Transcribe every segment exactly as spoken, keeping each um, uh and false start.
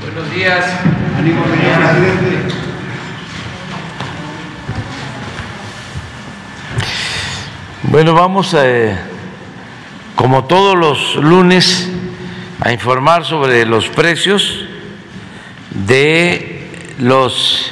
Buenos días. Ánimo, señor presidente. Bueno, vamos a, eh, como todos los lunes, a informar sobre los precios de los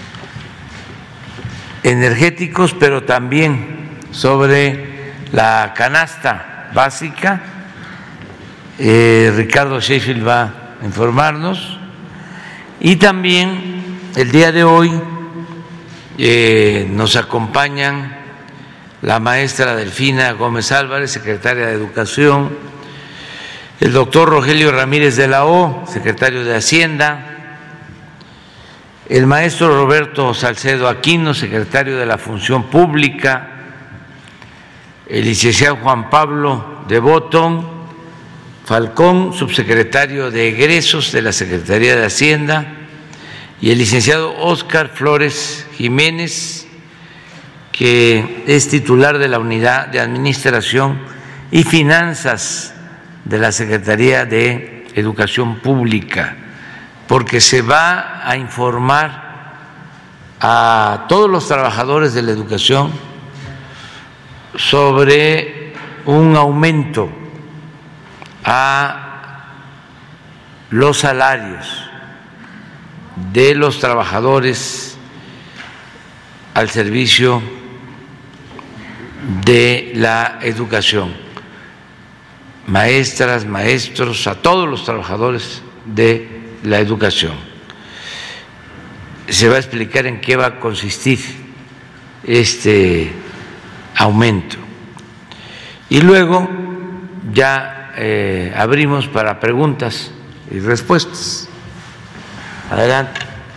energéticos, pero también sobre la canasta básica. Eh, Ricardo Sheffield va a informarnos. Y también el día de hoy eh, nos acompañan la maestra Delfina Gómez Álvarez, secretaria de Educación, el doctor Rogelio Ramírez de la O, secretario de Hacienda, el maestro Roberto Salcedo Aquino, secretario de la Función Pública, el licenciado Juan Pablo de Botón Falcón, subsecretario de Egresos de la Secretaría de Hacienda, y el licenciado Óscar Flores Jiménez, que es titular de la Unidad de Administración y Finanzas de la Secretaría de Educación Pública, porque se va a informar a todos los trabajadores de la educación sobre un aumento a los salarios de los trabajadores al servicio de la educación, maestras, maestros, a todos los trabajadores de la educación. Se va a explicar en qué va a consistir este aumento. Y luego ya eh, abrimos para preguntas y respuestas. Adelante.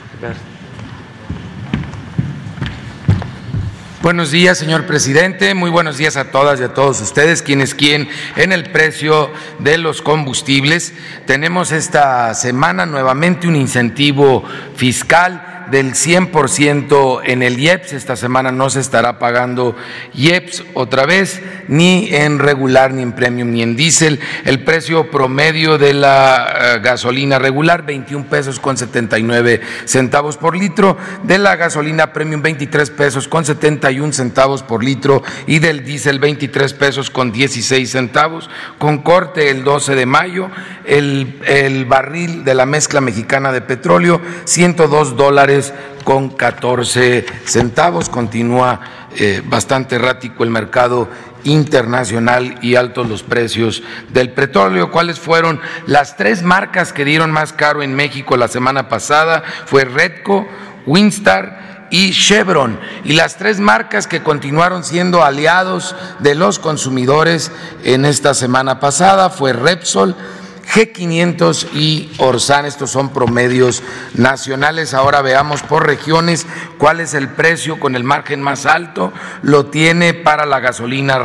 Buenos días, señor presidente. Muy buenos días a todas y a todos ustedes. Quien es quien en el precio de los combustibles. Tenemos esta semana nuevamente un incentivo fiscal del cien por ciento en el I E P S. Esta semana no se estará pagando I E P S otra vez, ni en regular, ni en premium, ni en diésel. El precio promedio de la gasolina regular, veintiún pesos con setenta y nueve centavos por litro, de la gasolina premium, veintitrés pesos con setenta y un centavos por litro, y del diésel, veintitrés pesos con dieciséis centavos. Con corte el doce de mayo, el, el barril de la mezcla mexicana de petróleo, ciento dos dólares con catorce centavos. Continúa eh, bastante errático el mercado internacional y altos los precios del petróleo. ¿Cuáles fueron las tres marcas que dieron más caro en México la semana pasada? Fue Redco, Winstar y Chevron, y las tres marcas que continuaron siendo aliados de los consumidores en esta semana pasada fue Repsol, G quinientos y Orsan. Estos son promedios nacionales. Ahora veamos por regiones cuál es el precio con el margen más alto. Lo tiene para la gasolina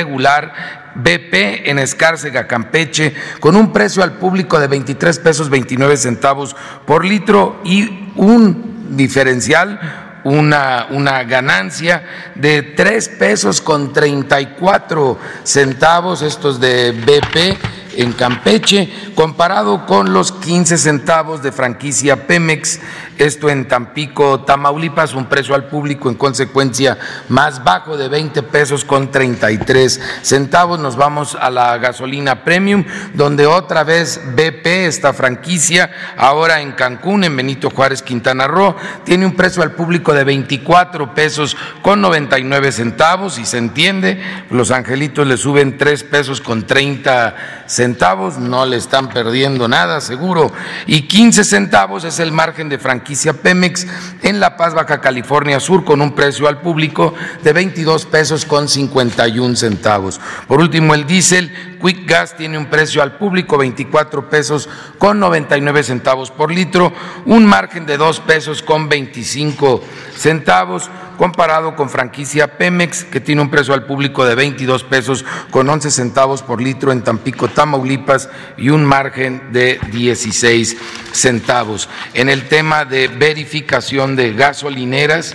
regular B P en Escárcega, Campeche, con un precio al público de veintitrés pesos veintinueve centavos por litro y un diferencial, Una, una ganancia de tres pesos con treinta y cuatro centavos, estos de B P en Campeche, comparado con los quince centavos de franquicia Pemex, esto en Tampico, Tamaulipas, un precio al público en consecuencia más bajo de veinte pesos con treinta y tres centavos. Nos vamos a la gasolina premium, donde otra vez B P, esta franquicia, ahora en Cancún, en Benito Juárez, Quintana Roo, tiene un precio al público de veinticuatro pesos con noventa y nueve centavos, y se entiende, los angelitos le suben tres pesos con treinta centavos, no le están perdiendo nada, seguro, y quince centavos es el margen de franquicia Pemex en La Paz, Baja California Sur, con un precio al público de veintidós pesos con cincuenta y un centavos. Por último, el diésel Quick Gas tiene un precio al público veinticuatro pesos con noventa y nueve centavos por litro, un margen de dos pesos con veinticinco centavos, comparado con franquicia Pemex, que tiene un precio al público de veintidós pesos con once centavos por litro en Tampico, Tamaulipas, y un margen de dieciséis centavos. En el tema de verificación de gasolineras,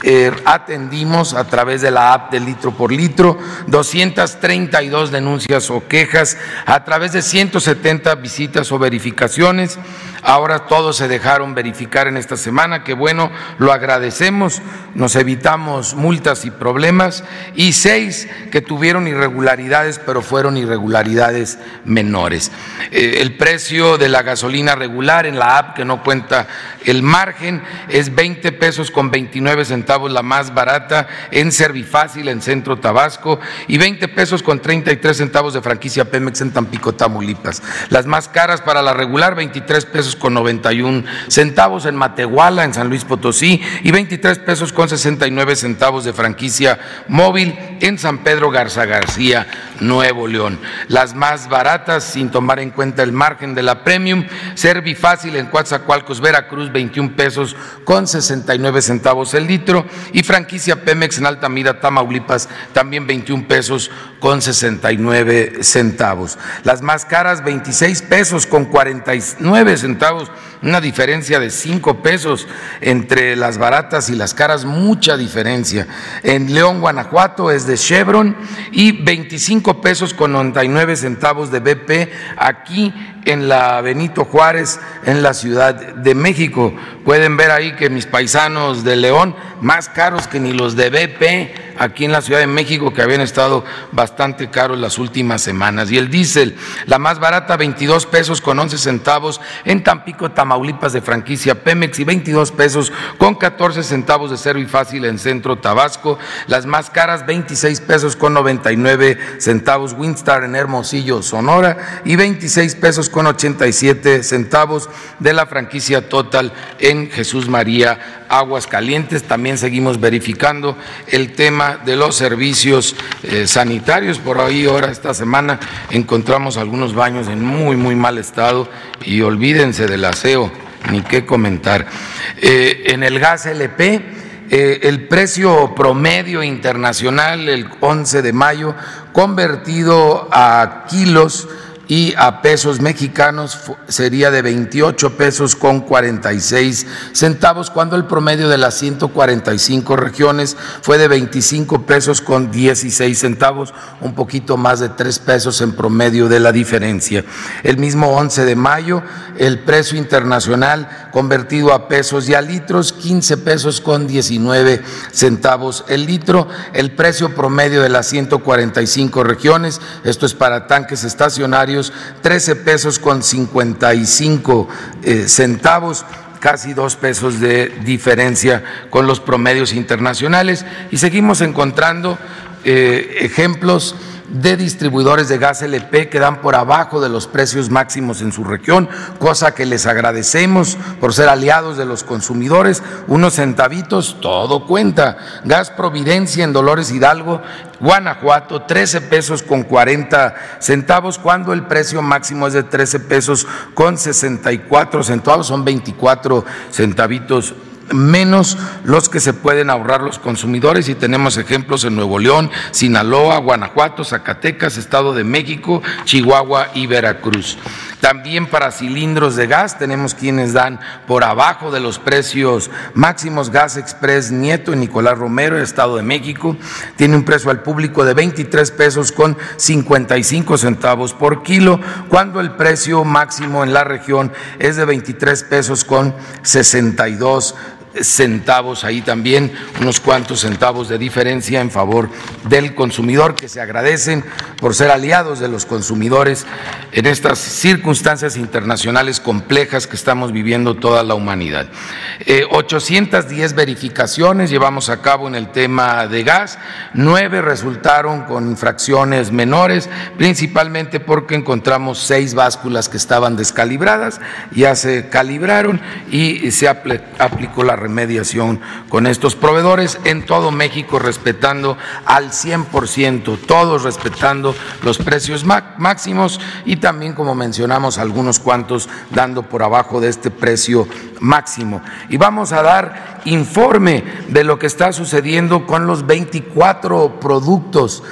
eh, atendimos a través de la app de litro por litro doscientas treinta y dos denuncias o quejas a través de ciento setenta visitas o verificaciones. Ahora todos se dejaron verificar en esta semana, que bueno, lo agradecemos, nos evitamos multas y problemas, y seis que tuvieron irregularidades, pero fueron irregularidades menores. Eh, el precio de la gasolina regular en la app, que no cuenta el margen, es veinte pesos con veintinueve centavos la más barata en Servifácil en Centro Tabasco y veinte pesos con treinta y tres centavos de franquicia Pemex en Tampico, Tamaulipas. Las más caras para la regular, veintitrés pesos con noventa y un centavos en Matehuala, en San Luis Potosí, y veintitrés pesos con sesenta y nueve centavos de franquicia Móvil en San Pedro Garza García, Nuevo León. Las más baratas, sin tomar en cuenta el margen de la Premium, Servifácil en Coatzacoalcos, Veracruz, veintiún pesos con sesenta y nueve centavos el litro, y franquicia Pemex en Altamira, Tamaulipas, también veintiún pesos con sesenta y nueve centavos. Las más caras, veintiséis pesos con cuarenta y nueve centavos, una diferencia de cinco pesos entre las baratas y las caras, mucha diferencia. En León, Guanajuato, es de Chevron, y veinticinco pesos con noventa y nueve centavos de B P aquí en la Benito Juárez, en la Ciudad de México. Pueden ver ahí que mis paisanos de León, más caros que ni los de B P aquí en la Ciudad de México, que habían estado bastante caros las últimas semanas. Y el diésel, la más barata, veintidós pesos con once centavos en Tampico, Tamaulipas, de franquicia Pemex, y veintidós pesos con catorce centavos de Servifácil en Centro Tabasco. Las más caras, veintiséis pesos con noventa y nueve centavos Winstar en Hermosillo, Sonora, y veintiséis pesos con ochenta y siete centavos de la franquicia Total en Jesús María, Aguascalientes. También seguimos verificando el tema de los servicios eh, sanitarios. Por ahí ahora esta semana encontramos algunos baños en muy muy mal estado, y olvídense del aseo, ni qué comentar. Eh, en el gas L P, eh, el precio promedio internacional el once de mayo convertido a kilos y a pesos mexicanos sería de veintiocho pesos con cuarenta y seis centavos, cuando el promedio de las ciento cuarenta y cinco regiones fue de veinticinco pesos con dieciséis centavos, un poquito más de tres pesos en promedio de la diferencia. El mismo once de mayo, el precio internacional convertido a pesos y a litros, quince pesos con diecinueve centavos el litro. El precio promedio de las ciento cuarenta y cinco regiones, esto es para tanques estacionarios, trece pesos con cincuenta y cinco eh, centavos, casi dos pesos de diferencia con los promedios internacionales. Y seguimos encontrando eh, ejemplos de distribuidores de gas L P que dan por abajo de los precios máximos en su región, cosa que les agradecemos por ser aliados de los consumidores. Unos centavitos, todo cuenta. Gas Providencia en Dolores Hidalgo, Guanajuato, trece pesos con cuarenta centavos, cuando el precio máximo es de trece pesos con sesenta y cuatro centavos, son veinticuatro centavitos menos los que se pueden ahorrar los consumidores, y tenemos ejemplos en Nuevo León, Sinaloa, Guanajuato, Zacatecas, Estado de México, Chihuahua y Veracruz. También para cilindros de gas tenemos quienes dan por abajo de los precios máximos. Gas Express Nieto en Nicolás Romero, Estado de México, tiene un precio al público de veintitrés pesos con cincuenta y cinco centavos por kilo, cuando el precio máximo en la región es de veintitrés pesos con sesenta y dos centavos. Ahí también unos cuantos centavos de diferencia en favor del consumidor, que se agradecen por ser aliados de los consumidores en estas circunstancias internacionales complejas que estamos viviendo toda la humanidad. Eh, ochocientas diez verificaciones llevamos a cabo en el tema de gas, nueve resultaron con infracciones menores, principalmente porque encontramos seis básculas que estaban descalibradas, ya se calibraron y se aplicó la remediación con estos proveedores en todo México, respetando al cien por ciento, todos respetando los precios máximos, y también, como mencionamos, algunos cuantos dando por abajo de este precio máximo. Y vamos a dar informe de lo que está sucediendo con los veinticuatro productos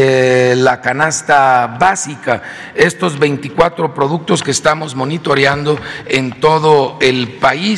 de la canasta básica, estos veinticuatro productos que estamos monitoreando en todo el país.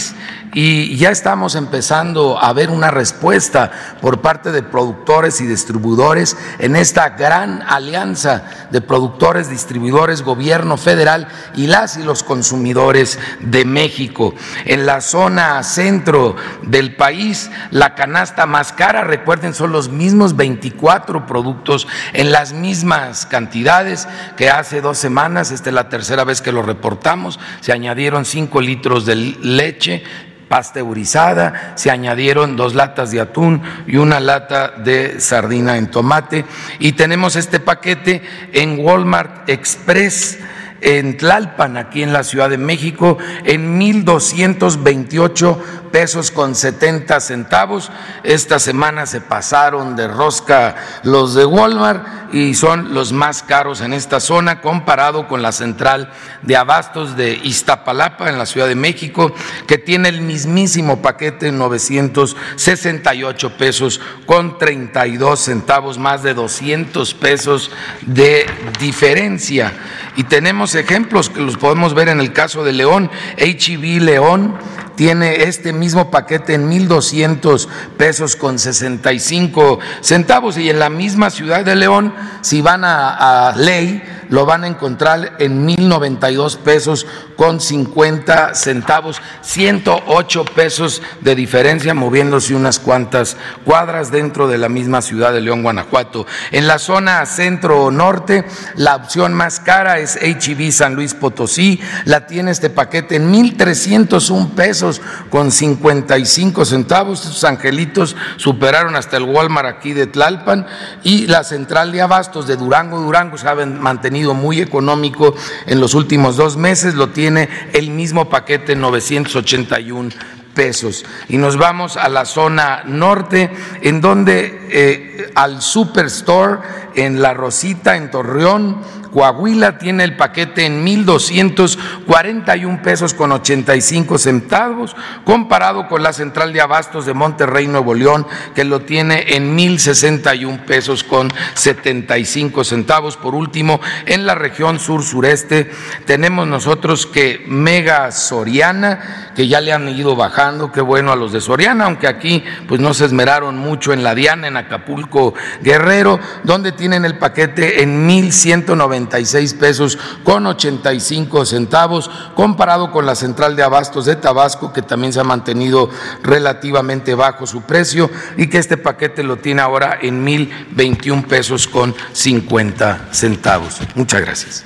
y ya estamos empezando a ver una respuesta por parte de productores y distribuidores en esta gran alianza de productores, distribuidores, gobierno federal y las y los consumidores de México. En la zona centro del país, la canasta más cara, recuerden, son los mismos veinticuatro productos en las mismas cantidades que hace dos semanas. Esta es la tercera vez que lo reportamos. Se añadieron cinco litros de leche pasteurizada, se añadieron dos latas de atún y una lata de sardina en tomate, y tenemos este paquete en Walmart Express en Tlalpan, aquí en la Ciudad de México, en mil doscientos veintiocho pesos con setenta centavos. Esta semana se pasaron de rosca los de Walmart y son los más caros en esta zona, comparado con la central de abastos de Iztapalapa en la Ciudad de México, que tiene el mismísimo paquete en novecientos sesenta y ocho pesos con treinta y dos centavos, más de doscientos pesos de diferencia. Y tenemos ejemplos que los podemos ver en el caso de León. H E B León tiene este mismo paquete en mil doscientos pesos con sesenta y cinco centavos, y en la misma ciudad de León, si van a, a Ley, lo van a encontrar en mil noventa y dos pesos con cincuenta centavos, ciento ocho pesos de diferencia, moviéndose unas cuantas cuadras dentro de la misma ciudad de León, Guanajuato. En la zona centro-norte, la opción más cara es H E B San Luis Potosí, la tiene este paquete en mil trescientos un pesos con cincuenta y cinco centavos. Estos angelitos superaron hasta el Walmart aquí de Tlalpan, y la central de abastos de Durango, Durango se ha mantenido muy económico en los últimos dos meses, lo tiene el mismo paquete en novecientos ochenta y un pesos. Y nos vamos a la zona norte, en donde eh, al Superstore en La Rosita, en Torreón, Coahuila, tiene el paquete en mil doscientos cuarenta y un pesos con ochenta y cinco centavos, comparado con la central de abastos de Monterrey, Nuevo León, que lo tiene en mil sesenta y un pesos con setenta y cinco centavos. Por último, en la región sur-sureste tenemos nosotros que Mega Soriana, que ya le han ido bajando, qué bueno a los de Soriana, aunque aquí pues no se esmeraron mucho en la Diana, en Acapulco, Guerrero, donde tienen el paquete en mil ciento noventa y seis pesos con ochenta y cinco centavos, comparado con la central de abastos de Tabasco, que también se ha mantenido relativamente bajo su precio, y que este paquete lo tiene ahora en mil veintiún pesos con cincuenta centavos. Muchas gracias.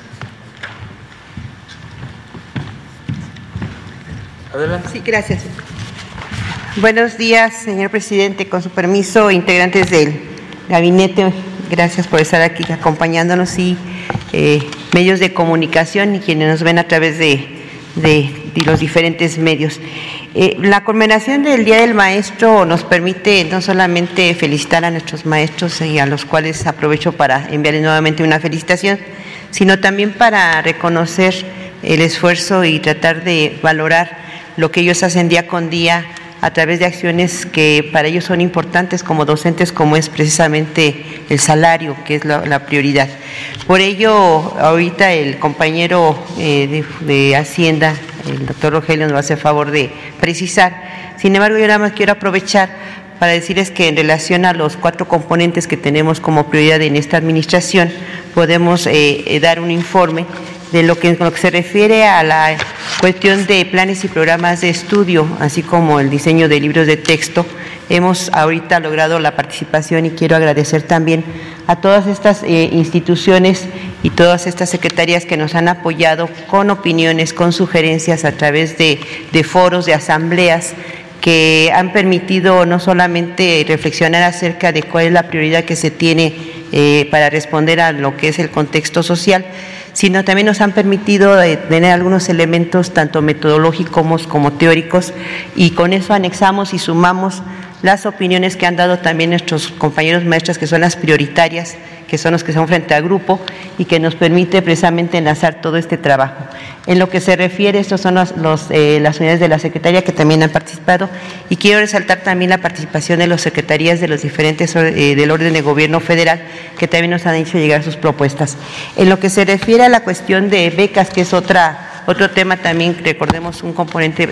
Adelante. Sí, gracias. Buenos días, señor presidente. Con su permiso, integrantes del gabinete, gracias por estar aquí acompañándonos, y eh, medios de comunicación y quienes nos ven a través de, de, de los diferentes medios. Eh, la conmemoración del Día del Maestro nos permite no solamente felicitar a nuestros maestros, y a los cuales aprovecho para enviarles nuevamente una felicitación, sino también para reconocer el esfuerzo y tratar de valorar lo que ellos hacen día con día a través de acciones que para ellos son importantes como docentes, como es precisamente el salario, que es la, la prioridad. Por ello, ahorita el compañero eh, de, de Hacienda, el doctor Rogelio, nos va a hacer favor de precisar. Sin embargo, yo nada más quiero aprovechar para decirles que en relación a los cuatro componentes que tenemos como prioridad en esta administración, podemos eh, dar un informe de lo que, lo que se refiere a la cuestión de planes y programas de estudio, así como el diseño de libros de texto. Hemos ahorita logrado la participación, y quiero agradecer también a todas estas eh, instituciones y todas estas secretarías que nos han apoyado con opiniones, con sugerencias a través de, de foros, de asambleas, que han permitido no solamente reflexionar acerca de cuál es la prioridad que se tiene eh, para responder a lo que es el contexto social, sino también nos han permitido eh, tener algunos elementos tanto metodológicos como teóricos, y con eso anexamos y sumamos las opiniones que han dado también nuestros compañeros maestros, que son las prioritarias, que son los que son frente al grupo, y que nos permite precisamente enlazar todo este trabajo. En lo que se refiere, estos son los, los, eh, las unidades de la Secretaría que también han participado, y quiero resaltar también la participación de las secretarías de los diferentes eh, del orden de gobierno federal, que también nos han hecho llegar sus propuestas. En lo que se refiere a la cuestión de becas, que es otra, otro tema también, recordemos, un componente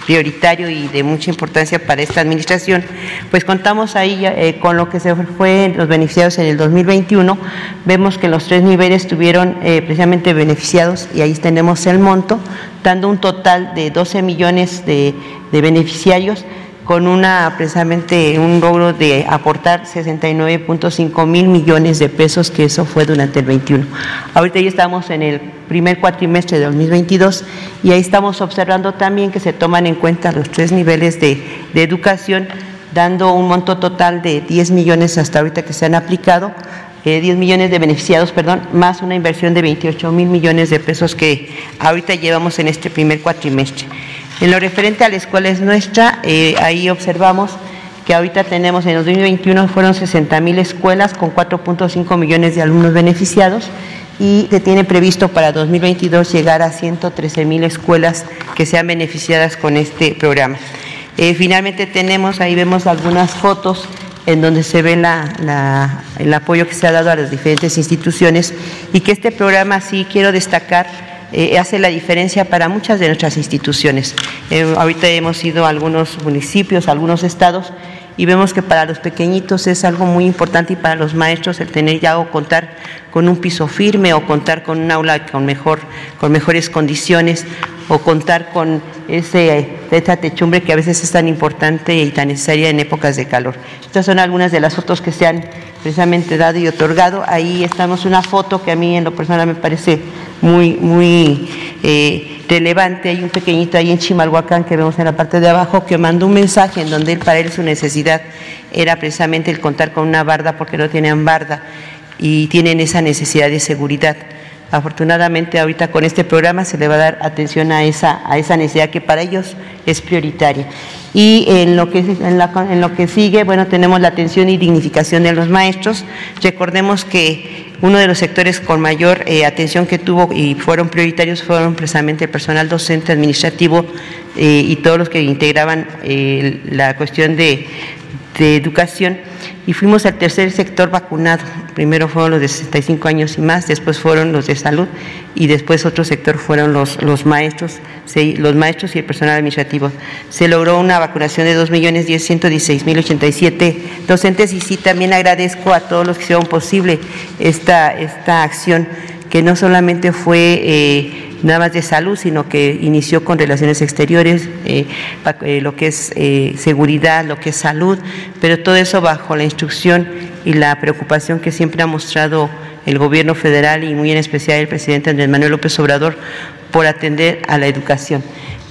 prioritario y de mucha importancia para esta administración, pues contamos ahí eh, con lo que se fue los beneficiados en el dos mil veintiuno. Vemos que los tres niveles tuvieron eh, precisamente beneficiados y ahí tenemos el monto, dando un total de doce millones de, de beneficiarios, con una precisamente un logro de aportar sesenta y nueve punto cinco mil millones de pesos, que eso fue durante el veintiuno. Ahorita ya estamos en el primer cuatrimestre de dos mil veintidós y ahí estamos observando también que se toman en cuenta los tres niveles de, de educación, dando un monto total de diez millones hasta ahorita que se han aplicado, eh, diez millones de beneficiados, perdón, más una inversión de veintiocho mil millones de pesos que ahorita llevamos en este primer cuatrimestre. En lo referente a la escuela es nuestra, eh, ahí observamos que ahorita tenemos en el dos mil veintiuno fueron sesenta mil escuelas con cuatro punto cinco millones de alumnos beneficiados y se tiene previsto para dos mil veintidós llegar a ciento trece mil escuelas que sean beneficiadas con este programa. Eh, finalmente tenemos, ahí vemos algunas fotos en donde se ve la, la, el apoyo que se ha dado a las diferentes instituciones y que este programa, sí quiero destacar, Eh, hace la diferencia para muchas de nuestras instituciones. Eh, ahorita hemos ido a algunos municipios, a algunos estados, y vemos que para los pequeñitos es algo muy importante, y para los maestros el tener ya o contar con un piso firme o contar con un aula con, mejor, con mejores condiciones o contar con ese, esa techumbre que a veces es tan importante y tan necesaria en épocas de calor. Estas son algunas de las fotos que se han precisamente dado y otorgado. Ahí estamos una foto que a mí en lo personal me parece muy, muy eh, relevante. Hay un pequeñito ahí en Chimalhuacán que vemos en la parte de abajo que mandó un mensaje en donde él, para él su necesidad era precisamente el contar con una barda porque no tenían barda y tienen esa necesidad de seguridad. Afortunadamente ahorita con este programa se le va a dar atención a esa, a esa necesidad que para ellos es prioritaria. Y en lo, que, en, la, en lo que sigue, bueno, tenemos la atención y dignificación de los maestros. Recordemos que uno de los sectores con mayor eh, atención que tuvo y fueron prioritarios fueron precisamente el personal docente, administrativo eh, y todos los que integraban eh, la cuestión de, de educación. Y fuimos al tercer sector vacunado. Primero fueron los de sesenta y cinco años y más, después fueron los de salud y después otro sector fueron los, los maestros, los maestros y el personal administrativo. Se logró una vacunación de dos millones ciento dieciséis mil ochenta y siete docentes y sí, también agradezco a todos los que hicieron posible esta, esta acción, que no solamente fue eh, nada más de salud, sino que inició con relaciones exteriores, eh, eh, lo que es eh, seguridad, lo que es salud, pero todo eso bajo la instrucción y la preocupación que siempre ha mostrado el gobierno federal y muy en especial el presidente Andrés Manuel López Obrador por atender a la educación.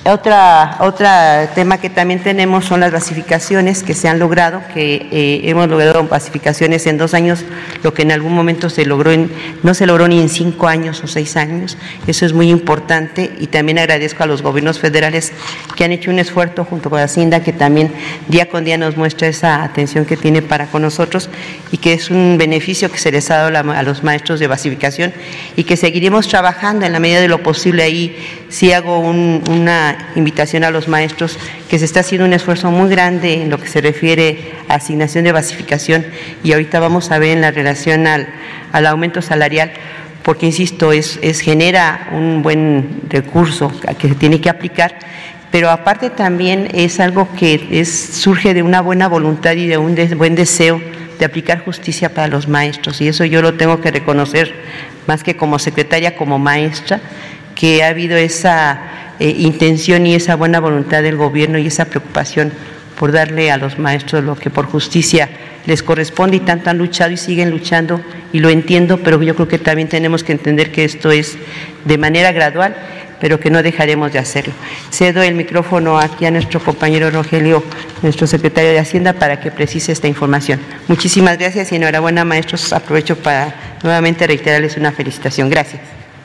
Otra, otro tema que también tenemos son las basificaciones que se han logrado, que eh, hemos logrado basificaciones en dos años, lo que en algún momento se logró en, no se logró ni en cinco años o seis años. Eso es muy importante y también agradezco a los gobiernos federales que han hecho un esfuerzo junto con Hacienda, que también día con día nos muestra esa atención que tiene para con nosotros y que es un beneficio que se les ha dado a los maestros de basificación y que seguiremos trabajando en la medida de lo posible. Ahí sí hago un, una invitación a los maestros, que se está haciendo un esfuerzo muy grande en lo que se refiere a asignación de basificación y ahorita vamos a ver en la relación al, al aumento salarial, porque insisto, es, es genera un buen recurso que se tiene que aplicar, pero aparte también es algo que es, surge de una buena voluntad y de un de, buen deseo de aplicar justicia para los maestros, y eso yo lo tengo que reconocer más que como secretaria, como maestra, que ha habido esa eh, intención y esa buena voluntad del gobierno y esa preocupación por darle a los maestros lo que por justicia les corresponde, y tanto han luchado y siguen luchando, y lo entiendo, pero yo creo que también tenemos que entender que esto es de manera gradual, pero que no dejaremos de hacerlo. Cedo el micrófono aquí a nuestro compañero Rogelio, nuestro secretario de Hacienda, para que precise esta información. Muchísimas gracias y enhorabuena, maestros. Aprovecho para nuevamente reiterarles una felicitación. Gracias.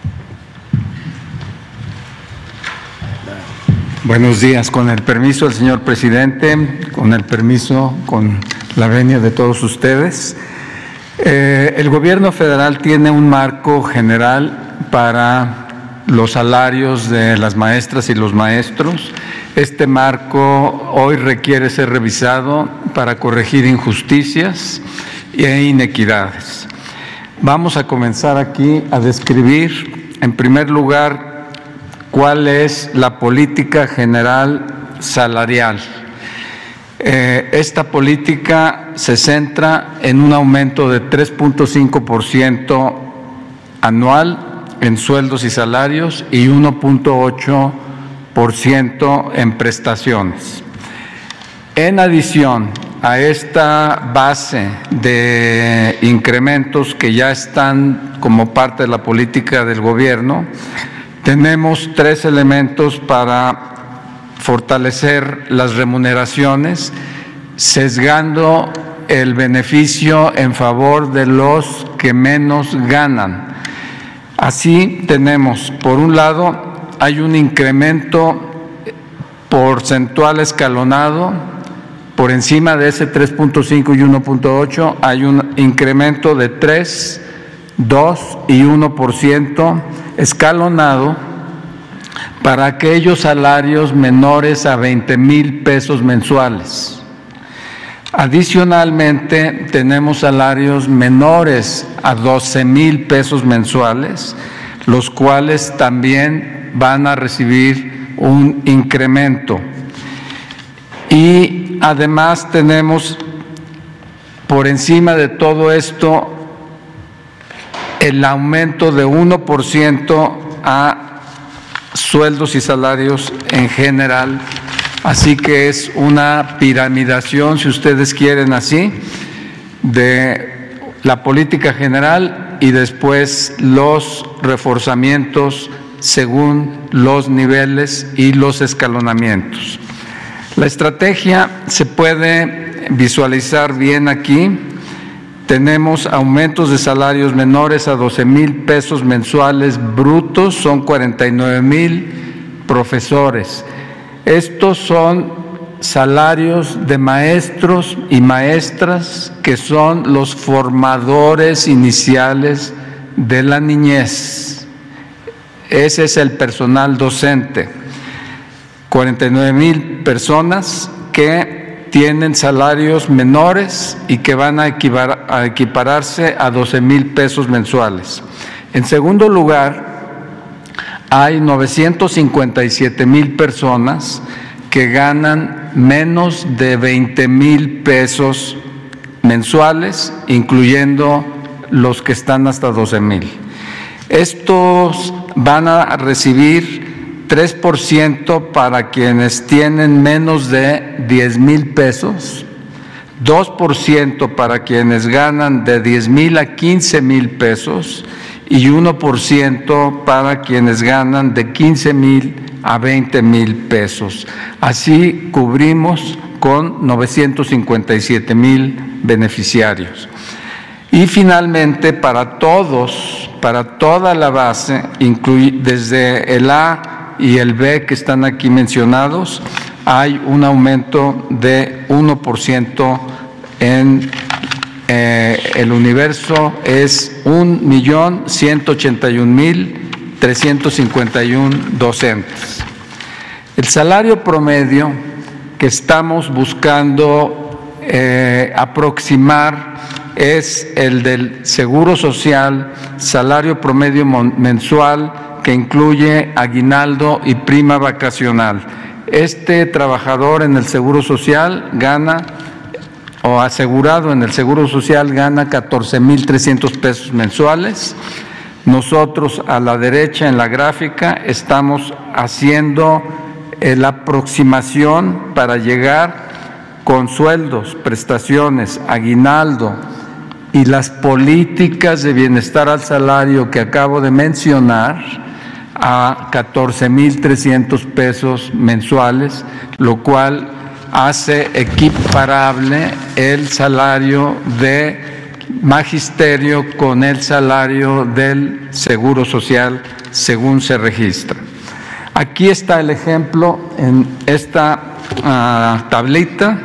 Buenos días. Con el permiso del señor presidente, con el permiso, con la venia de todos ustedes. Eh, el gobierno federal tiene un marco general para los salarios de las maestras y los maestros. Este marco hoy requiere ser revisado para corregir injusticias e inequidades. Vamos a comenzar aquí a describir, en primer lugar, cuál es la política general salarial. Eh, esta política se centra en un aumento de tres punto cinco por ciento anual en sueldos y salarios y uno punto ocho por ciento en prestaciones. En adición a esta base de incrementos que ya están como parte de la política del gobierno, tenemos tres elementos para fortalecer las remuneraciones, sesgando el beneficio en favor de los que menos ganan. Así tenemos, por un lado, hay un incremento porcentual escalonado, por encima de ese tres punto cinco y uno punto ocho, hay un incremento de tres, dos y uno por ciento escalonado para aquellos salarios menores a veinte mil pesos mensuales. Adicionalmente, tenemos salarios menores a doce mil pesos mensuales, los cuales también van a recibir un incremento. Y además tenemos por encima de todo esto el aumento de uno por ciento a sueldos y salarios en general, así que es una piramidación, si ustedes quieren así, de la política general y después los reforzamientos según los niveles y los escalonamientos. La estrategia se puede visualizar bien aquí. Tenemos aumentos de salarios menores a doce mil pesos mensuales brutos, son cuarenta y nueve mil profesores. Estos son salarios de maestros y maestras que son los formadores iniciales de la niñez. Ese es el personal docente. cuarenta y nueve mil personas que tienen salarios menores y que van a, equipar, a equipararse a doce mil pesos mensuales. En segundo lugar, hay novecientos cincuenta y siete mil personas que ganan menos de veinte mil pesos mensuales, incluyendo los que están hasta doce mil. Estos van a recibir tres por ciento para quienes tienen menos de diez mil pesos, dos por ciento para quienes ganan de diez mil a quince mil pesos y uno por ciento para quienes ganan de quince mil a veinte mil pesos. Así cubrimos con novecientos cincuenta y siete mil beneficiarios. Y finalmente, para todos, para toda la base, desde el A y el B que están aquí mencionados, hay un aumento de uno por ciento en eh, el universo, es un millón ciento ochenta y un mil trescientos cincuenta y uno docentes. El salario promedio que estamos buscando eh, aproximar es el del Seguro Social, salario promedio mensual, que incluye aguinaldo y prima vacacional. Este trabajador en el Seguro Social gana, o asegurado en el Seguro Social, gana catorce mil trescientos pesos mensuales. Nosotros a la derecha en la gráfica estamos haciendo la aproximación para llegar con sueldos, prestaciones, aguinaldo y las políticas de bienestar al salario que acabo de mencionar, a catorce mil trescientos pesos mensuales, lo cual hace equiparable el salario de magisterio con el salario del Seguro Social según se registra. Aquí está el ejemplo en esta uh, tablita.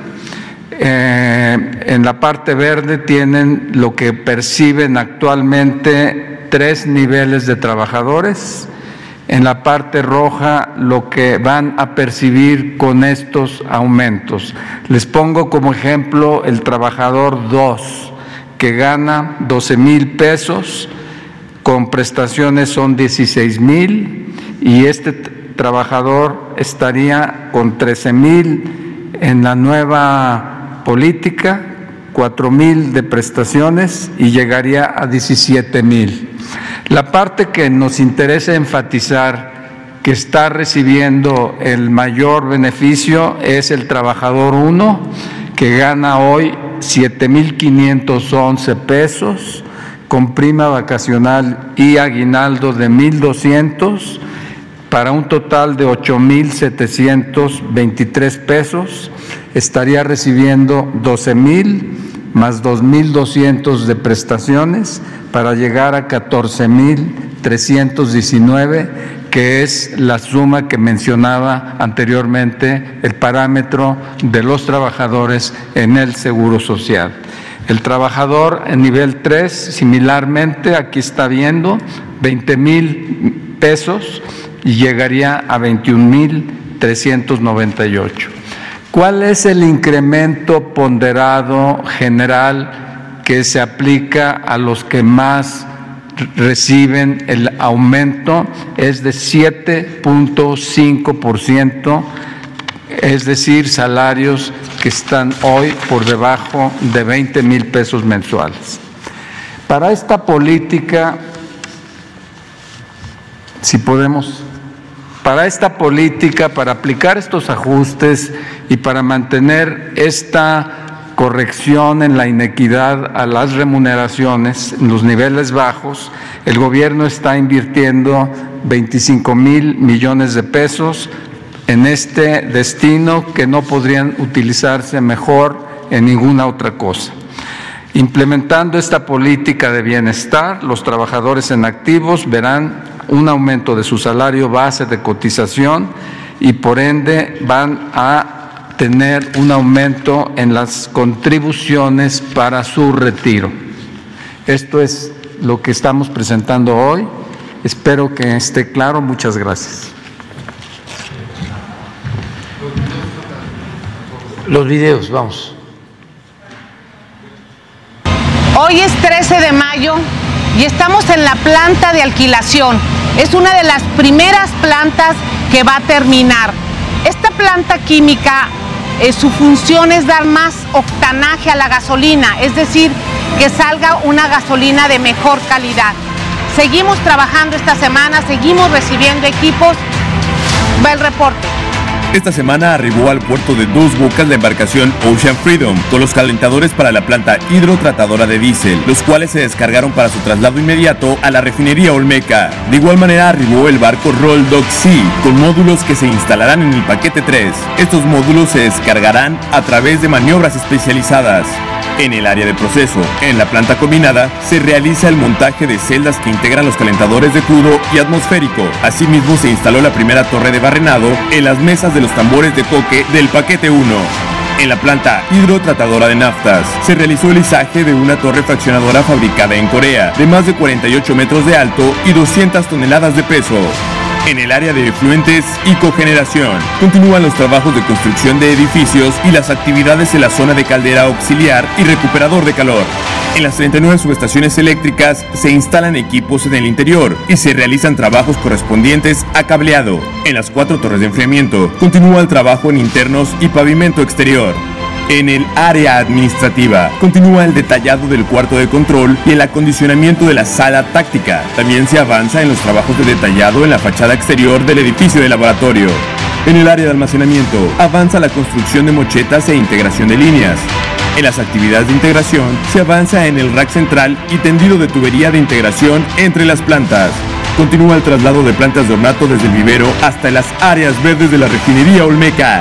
Eh, en la parte verde tienen lo que perciben actualmente tres niveles de trabajadores. En la parte roja lo que van a percibir con estos aumentos. Les pongo como ejemplo el trabajador dos, que gana doce mil pesos, con prestaciones son dieciséis mil, y este trabajador estaría con trece mil en la nueva política, cuatro mil de prestaciones y llegaría a diecisiete mil. La parte que nos interesa enfatizar que está recibiendo el mayor beneficio es el trabajador uno, que gana hoy siete mil quinientos once pesos, con prima vacacional y aguinaldo de mil doscientos, para un total de ocho mil setecientos veintitrés pesos. Estaría recibiendo doce mil más dos mil doscientos de prestaciones para llegar a catorce mil trescientos diecinueve, que es la suma que mencionaba anteriormente, el parámetro de los trabajadores en el Seguro Social. El trabajador en nivel tres, similarmente, aquí está viendo, veinte mil pesos y llegaría a veintiún mil trescientos noventa y ocho. ¿Cuál es el incremento ponderado general que se aplica a los que más reciben el aumento? Es de siete punto cinco por ciento, es decir, salarios que están hoy por debajo de veinte mil pesos mensuales. Para esta política, si podemos, para esta política, para aplicar estos ajustes y para mantener esta corrección en la inequidad a las remuneraciones en los niveles bajos, el gobierno está invirtiendo veinticinco mil millones de pesos en este destino que no podrían utilizarse mejor en ninguna otra cosa. Implementando esta política de bienestar, los trabajadores en activos verán un aumento de su salario base de cotización y por ende van a tener un aumento en las contribuciones para su retiro. Esto es lo que estamos presentando hoy. Espero que esté claro. Muchas gracias. Los videos, vamos. Hoy es trece de mayo y estamos en la planta de alquilación. Es una de las primeras plantas que va a terminar. Esta planta química, eh, su función es dar más octanaje a la gasolina, es decir, que salga una gasolina de mejor calidad. Seguimos trabajando esta semana, seguimos recibiendo equipos. Va el reporte. Esta semana arribó al puerto de Dos Bocas la embarcación Ocean Freedom con los calentadores para la planta hidrotratadora de diésel, los cuales se descargaron para su traslado inmediato a la refinería Olmeca. De igual manera arribó el barco Roll Dock Sea con módulos que se instalarán en el paquete tres. Estos módulos se descargarán a través de maniobras especializadas. En el área de proceso, en la planta combinada, se realiza el montaje de celdas que integran los calentadores de crudo y atmosférico. Asimismo, se instaló la primera torre de barrenado en las mesas de los tambores de coque del paquete uno. En la planta hidrotratadora de naftas, se realizó el izaje de una torre fraccionadora fabricada en Corea, de más de cuarenta y ocho metros de alto y doscientas toneladas de peso. En el área de efluentes y cogeneración, continúan los trabajos de construcción de edificios y las actividades en la zona de caldera auxiliar y recuperador de calor. En las treinta y nueve subestaciones eléctricas se instalan equipos en el interior y se realizan trabajos correspondientes a cableado. En las cuatro torres de enfriamiento, continúa el trabajo en internos y pavimento exterior. En el área administrativa, continúa el detallado del cuarto de control y el acondicionamiento de la sala táctica. También se avanza en los trabajos de detallado en la fachada exterior del edificio de laboratorio. En el área de almacenamiento, avanza la construcción de mochetas e integración de líneas. En las actividades de integración, se avanza en el rack central y tendido de tubería de integración entre las plantas. Continúa el traslado de plantas de ornato desde el vivero hasta las áreas verdes de la refinería Olmeca.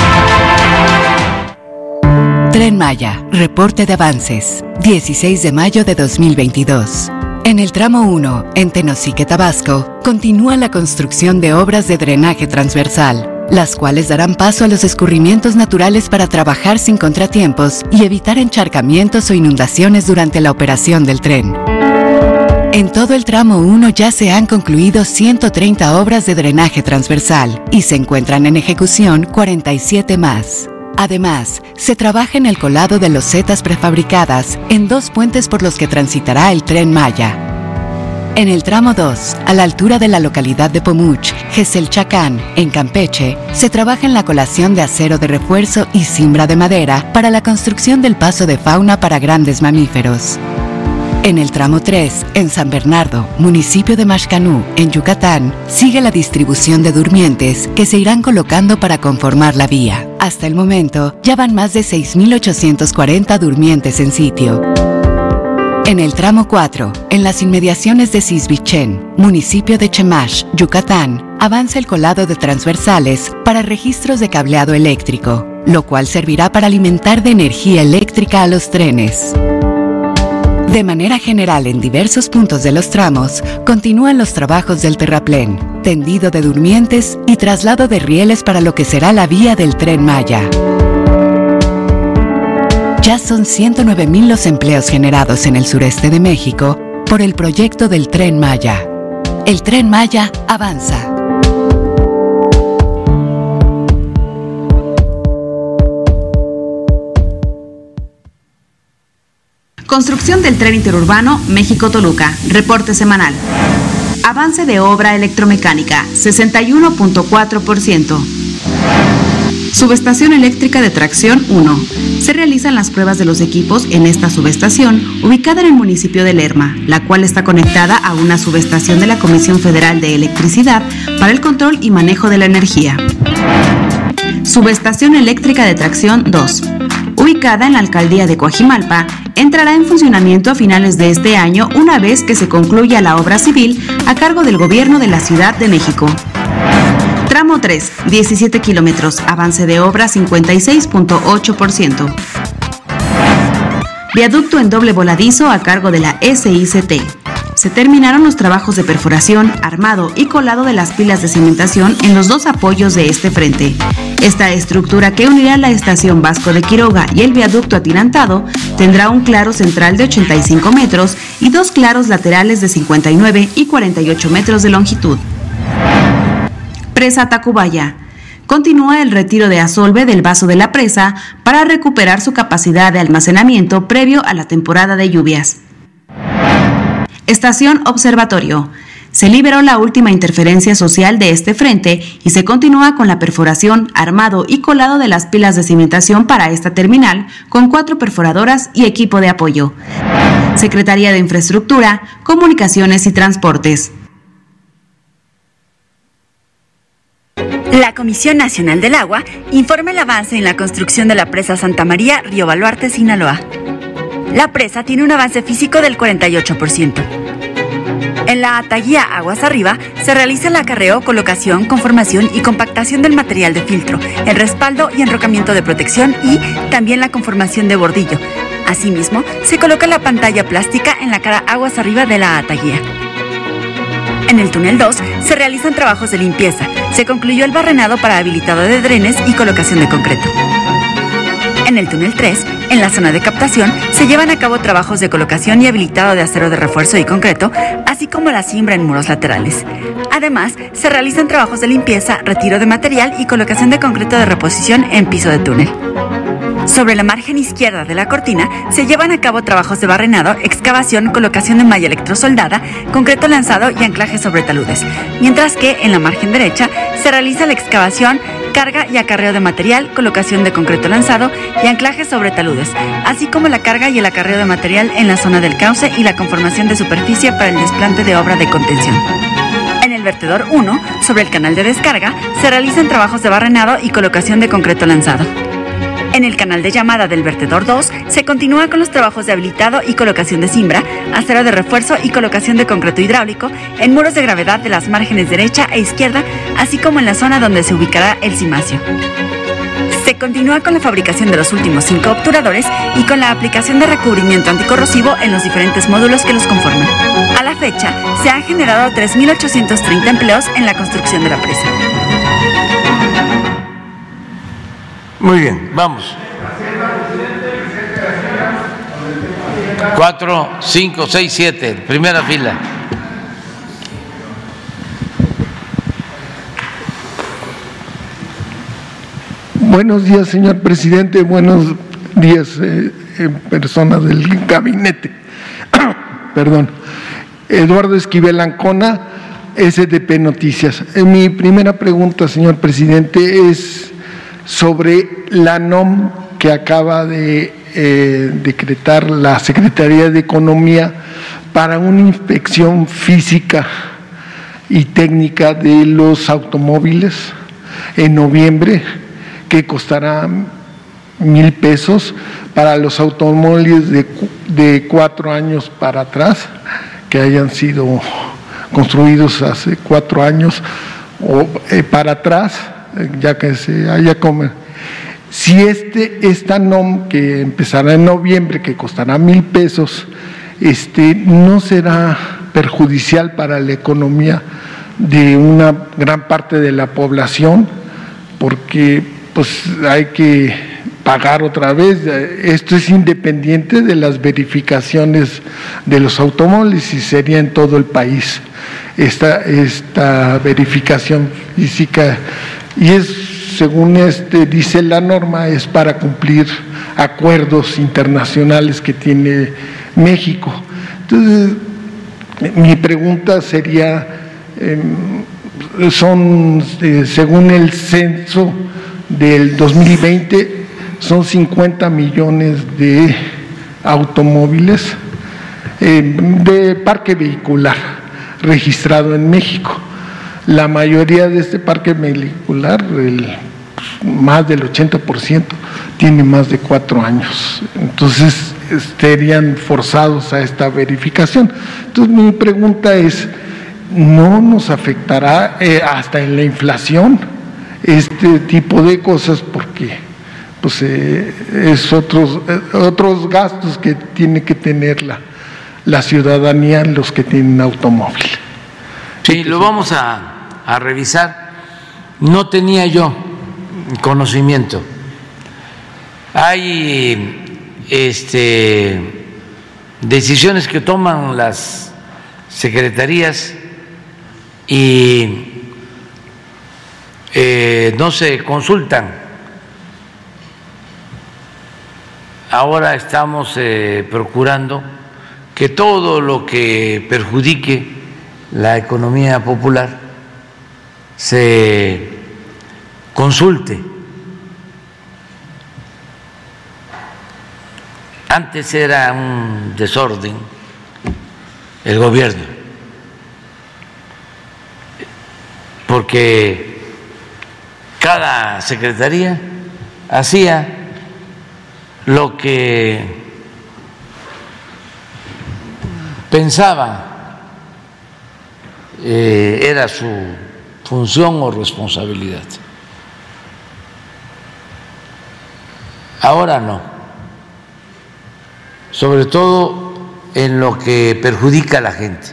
Tren Maya, reporte de avances, dieciséis de mayo de dos mil veintidós. En el tramo uno, en Tenosique, Tabasco, continúa la construcción de obras de drenaje transversal, las cuales darán paso a los escurrimientos naturales para trabajar sin contratiempos y evitar encharcamientos o inundaciones durante la operación del tren. En todo el tramo uno ya se han concluido ciento treinta obras de drenaje transversal y se encuentran en ejecución cuarenta y siete más. Además, se trabaja en el colado de losetas prefabricadas en dos puentes por los que transitará el Tren Maya. En el tramo dos, a la altura de la localidad de Pomuch, Geselchacán, en Campeche, se trabaja en la colación de acero de refuerzo y cimbra de madera para la construcción del paso de fauna para grandes mamíferos. En el tramo tres, en San Bernardo, municipio de Maxcanú, en Yucatán, sigue la distribución de durmientes que se irán colocando para conformar la vía. Hasta el momento, ya van más de seis mil ochocientos cuarenta durmientes en sitio. En el tramo cuatro, en las inmediaciones de Cisbichén, municipio de Chemash, Yucatán, avanza el colado de transversales para registros de cableado eléctrico, lo cual servirá para alimentar de energía eléctrica a los trenes. De manera general, en diversos puntos de los tramos, continúan los trabajos del terraplén, tendido de durmientes y traslado de rieles para lo que será la vía del Tren Maya. Ya son ciento nueve mil los empleos generados en el sureste de México por el proyecto del Tren Maya. El Tren Maya avanza. Construcción del tren interurbano México-Toluca. Reporte semanal. Avance de obra electromecánica, sesenta y uno punto cuatro por ciento. Subestación eléctrica de tracción uno. Se realizan las pruebas de los equipos en esta subestación, ubicada en el municipio de Lerma, la cual está conectada a una subestación de la Comisión Federal de Electricidad para el control y manejo de la energía. Subestación eléctrica de tracción dos. Ubicada en la alcaldía de Coajimalpa, entrará en funcionamiento a finales de este año una vez que se concluya la obra civil a cargo del gobierno de la Ciudad de México. Tramo tres, diecisiete kilómetros, avance de obra cincuenta y seis punto ocho por ciento. Viaducto en doble voladizo a cargo de la S I C T. Se terminaron los trabajos de perforación, armado y colado de las pilas de cimentación en los dos apoyos de este frente. Esta estructura, que unirá la estación Vasco de Quiroga y el viaducto atirantado, tendrá un claro central de ochenta y cinco metros y dos claros laterales de cincuenta y nueve y cuarenta y ocho metros de longitud. Presa Tacubaya. Continúa el retiro de asolve del vaso de la presa para recuperar su capacidad de almacenamiento previo a la temporada de lluvias. Estación Observatorio. Se liberó la última interferencia social de este frente y se continúa con la perforación, armado y colado de las pilas de cimentación para esta terminal con cuatro perforadoras y equipo de apoyo. Secretaría de Infraestructura, Comunicaciones y Transportes. La Comisión Nacional del Agua informa el avance en la construcción de la presa Santa María, Río Baluarte, Sinaloa. La presa tiene un avance físico del cuarenta y ocho por ciento. En la Ataguía Aguas Arriba se realiza el acarreo, colocación, conformación y compactación del material de filtro, el respaldo y enrocamiento de protección y también la conformación de bordillo. Asimismo, se coloca la pantalla plástica en la cara Aguas Arriba de la Ataguía. En el túnel dos se realizan trabajos de limpieza. Se concluyó el barrenado para habilitado de drenes y colocación de concreto. En el túnel tres, en la zona de captación, se llevan a cabo trabajos de colocación y habilitado de acero de refuerzo y concreto, así como la cimbra en muros laterales. Además, se realizan trabajos de limpieza, retiro de material y colocación de concreto de reposición en piso de túnel. Sobre la margen izquierda de la cortina se llevan a cabo trabajos de barrenado, excavación, colocación de malla electrosoldada, concreto lanzado y anclaje sobre taludes, mientras que en la margen derecha se realiza la excavación, carga y acarreo de material, colocación de concreto lanzado y anclaje sobre taludes, así como la carga y el acarreo de material en la zona del cauce y la conformación de superficie para el desplante de obra de contención. En el vertedor uno, sobre el canal de descarga, se realizan trabajos de barrenado y colocación de concreto lanzado. En el canal de llamada del vertedor dos se continúa con los trabajos de habilitado y colocación de cimbra, acero de refuerzo y colocación de concreto hidráulico en muros de gravedad de las márgenes derecha e izquierda, así como en la zona donde se ubicará el cimacio. Se continúa con la fabricación de los últimos cinco obturadores y con la aplicación de recubrimiento anticorrosivo en los diferentes módulos que los conforman. A la fecha, se han generado tres mil ochocientos treinta empleos en la construcción de la presa. Muy bien, vamos. Cuatro, cinco, seis, siete, primera fila. Buenos días, señor presidente. Buenos días, eh, eh, personas del gabinete. Perdón. Eduardo Esquivel Ancona, S D P Noticias. Mi primera pregunta, señor presidente, es sobre la N O M que acaba de eh, decretar la Secretaría de Economía para una inspección física y técnica de los automóviles en noviembre, que costará mil pesos para los automóviles de, de cuatro años para atrás, que hayan sido construidos hace cuatro años o eh, para atrás, ya que se haya come. Si este, esta N O M que empezará en noviembre, que costará mil pesos, este, no será perjudicial para la economía de una gran parte de la población, porque pues hay que pagar otra vez. Esto es independiente de las verificaciones de los automóviles y sería en todo el país esta, esta verificación física, y es, según este dice la norma, es para cumplir acuerdos internacionales que tiene México. Entonces, mi pregunta sería, eh, son, eh, según el censo del dos mil veinte, son cincuenta millones de automóviles eh, de parque vehicular registrado en México. La mayoría de este parque vehicular, el, más del ochenta por ciento, tiene más de cuatro años. Entonces, estarían forzados a esta verificación. Entonces, mi pregunta es, ¿no nos afectará eh, hasta en la inflación este tipo de cosas? Porque pues eh, es otros, eh, otros gastos que tiene que tener la, la ciudadanía, los que tienen automóvil. Sí, lo vamos a, a revisar. No tenía yo conocimiento. Hay este, decisiones que toman las secretarías y eh, no se consultan. Ahora estamos eh, procurando que todo lo que perjudique la economía popular se consulte. Antes era un desorden el gobierno, porque cada secretaría hacía lo que pensaba eh, era su función o responsabilidad. Ahora no, sobre todo en lo que perjudica a la gente.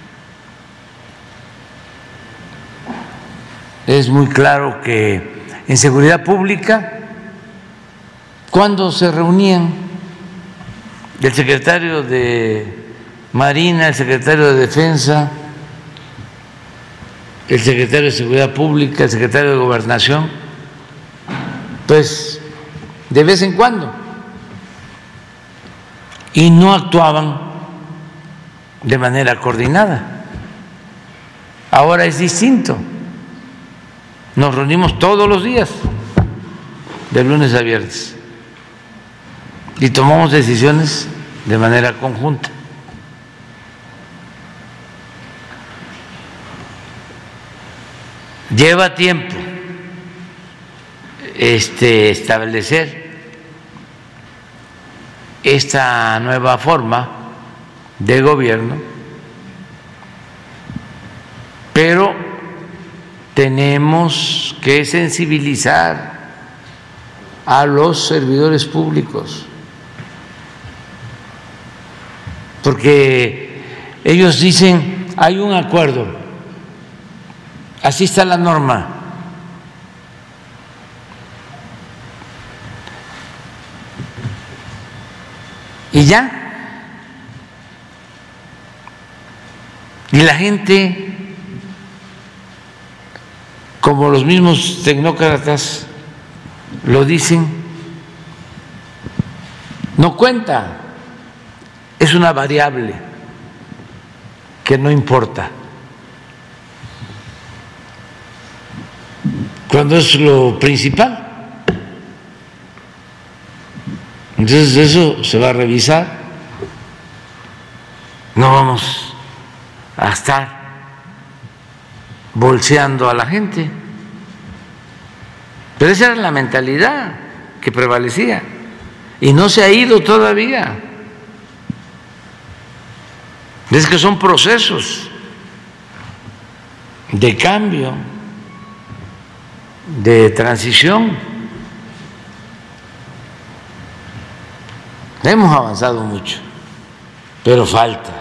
Es muy claro que en seguridad pública, cuando se reunían el secretario de Marina, el secretario de Defensa, el secretario de Seguridad Pública, el secretario de Gobernación, pues de vez en cuando, y no actuaban de manera coordinada. Ahora es distinto. Nos reunimos todos los días, de lunes a viernes, y tomamos decisiones de manera conjunta. Lleva tiempo este, establecer esta nueva forma de gobierno, pero tenemos que sensibilizar a los servidores públicos, porque ellos dicen, hay un acuerdo, así está la norma. Y ya. Y la gente, como los mismos tecnócratas lo dicen, no cuenta, es una variable que no importa, cuando es lo principal. Entonces eso se va a revisar, no vamos a estar bolseando a la gente. Pero esa era la mentalidad que prevalecía y no se ha ido todavía. Es que son procesos de cambio, de transición. Hemos avanzado mucho, pero falta,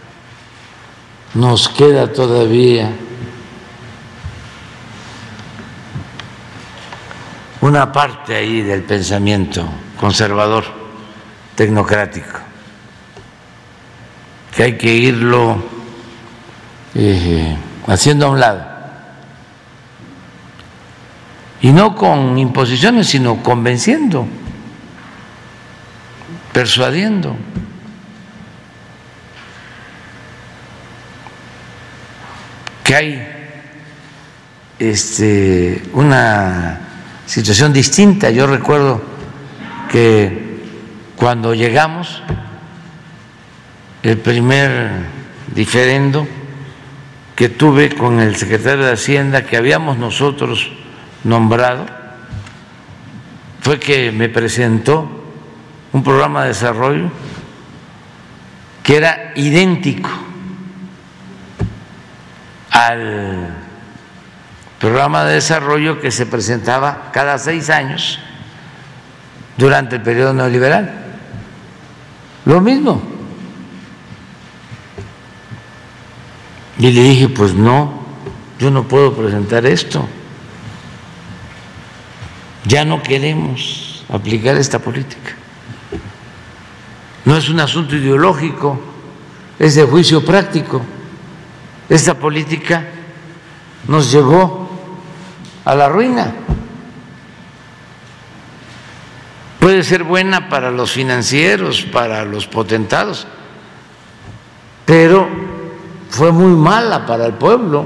nos queda todavía una parte ahí del pensamiento conservador, tecnocrático, que hay que irlo eh, haciendo a un lado. Y no con imposiciones, sino convenciendo, persuadiendo. Que hay este, una situación distinta. Yo recuerdo que cuando llegamos, el primer diferendo que tuve con el secretario de Hacienda que habíamos nosotros nombrado fue que me presentó un programa de desarrollo que era idéntico al programa de desarrollo que se presentaba cada seis años durante el periodo neoliberal. Lo mismo. Y le dije, pues no, yo no puedo presentar esto. Ya no queremos aplicar esta política. No es un asunto ideológico, es de juicio práctico. Esta política nos llevó a la ruina. Puede ser buena para los financieros, para los potentados, pero fue muy mala para el pueblo.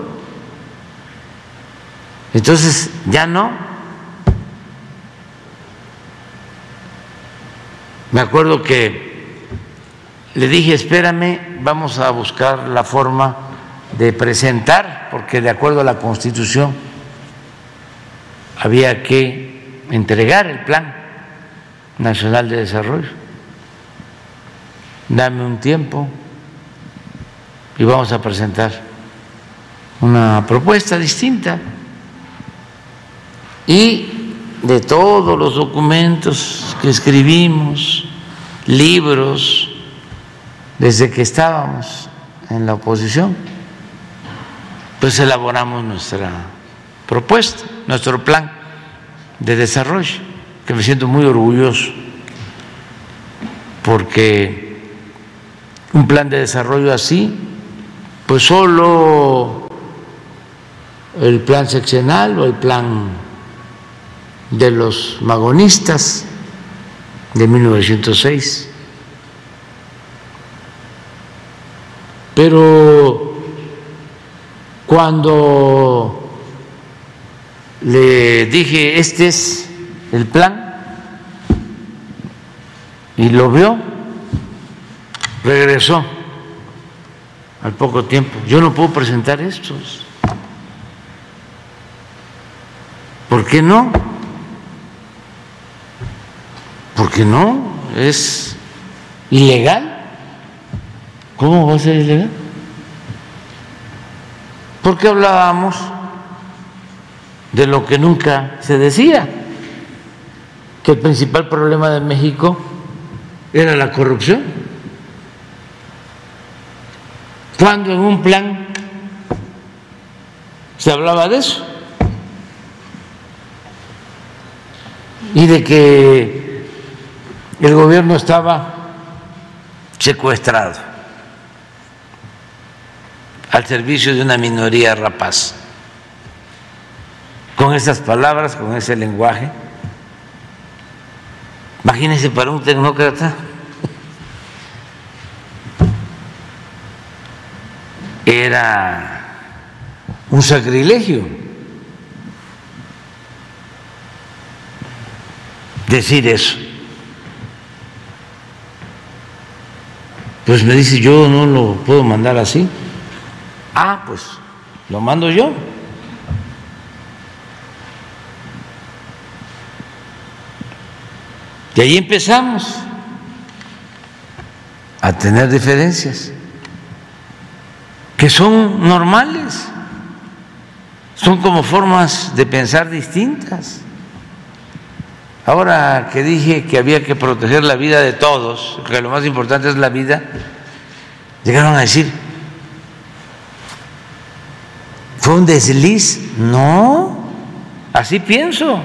Entonces, ya no. Me acuerdo que le dije, espérame, vamos a buscar la forma de presentar, porque de acuerdo a la Constitución había que entregar el Plan Nacional de Desarrollo. Dame un tiempo y vamos a presentar una propuesta distinta. Y de todos los documentos que escribimos, libros, desde que estábamos en la oposición, pues elaboramos nuestra propuesta, nuestro plan de desarrollo, que me siento muy orgulloso, porque un plan de desarrollo así, pues solo el plan seccional o el plan de los magonistas de mil novecientos seis. Pero cuando le dije, este es el plan, y lo vio, regresó al poco tiempo. Yo no puedo presentar estos. ¿Por qué no? Porque no, es ilegal. ¿Cómo va a ser ilegal? Porque hablábamos de lo que nunca se decía, que el principal problema de México era la corrupción. Cuando en un plan se hablaba de eso y de que el gobierno estaba secuestrado al servicio de una minoría rapaz. Con esas palabras, con ese lenguaje, imagínense para un tecnócrata era un sacrilegio decir eso. Pues me dice, yo no lo puedo mandar así. Ah, pues lo mando yo. Y ahí empezamos a tener diferencias que son normales, son como formas de pensar distintas. Ahora que dije que había que proteger la vida de todos, que lo más importante es la vida, llegaron a decir, ¿fue un desliz? No, así pienso.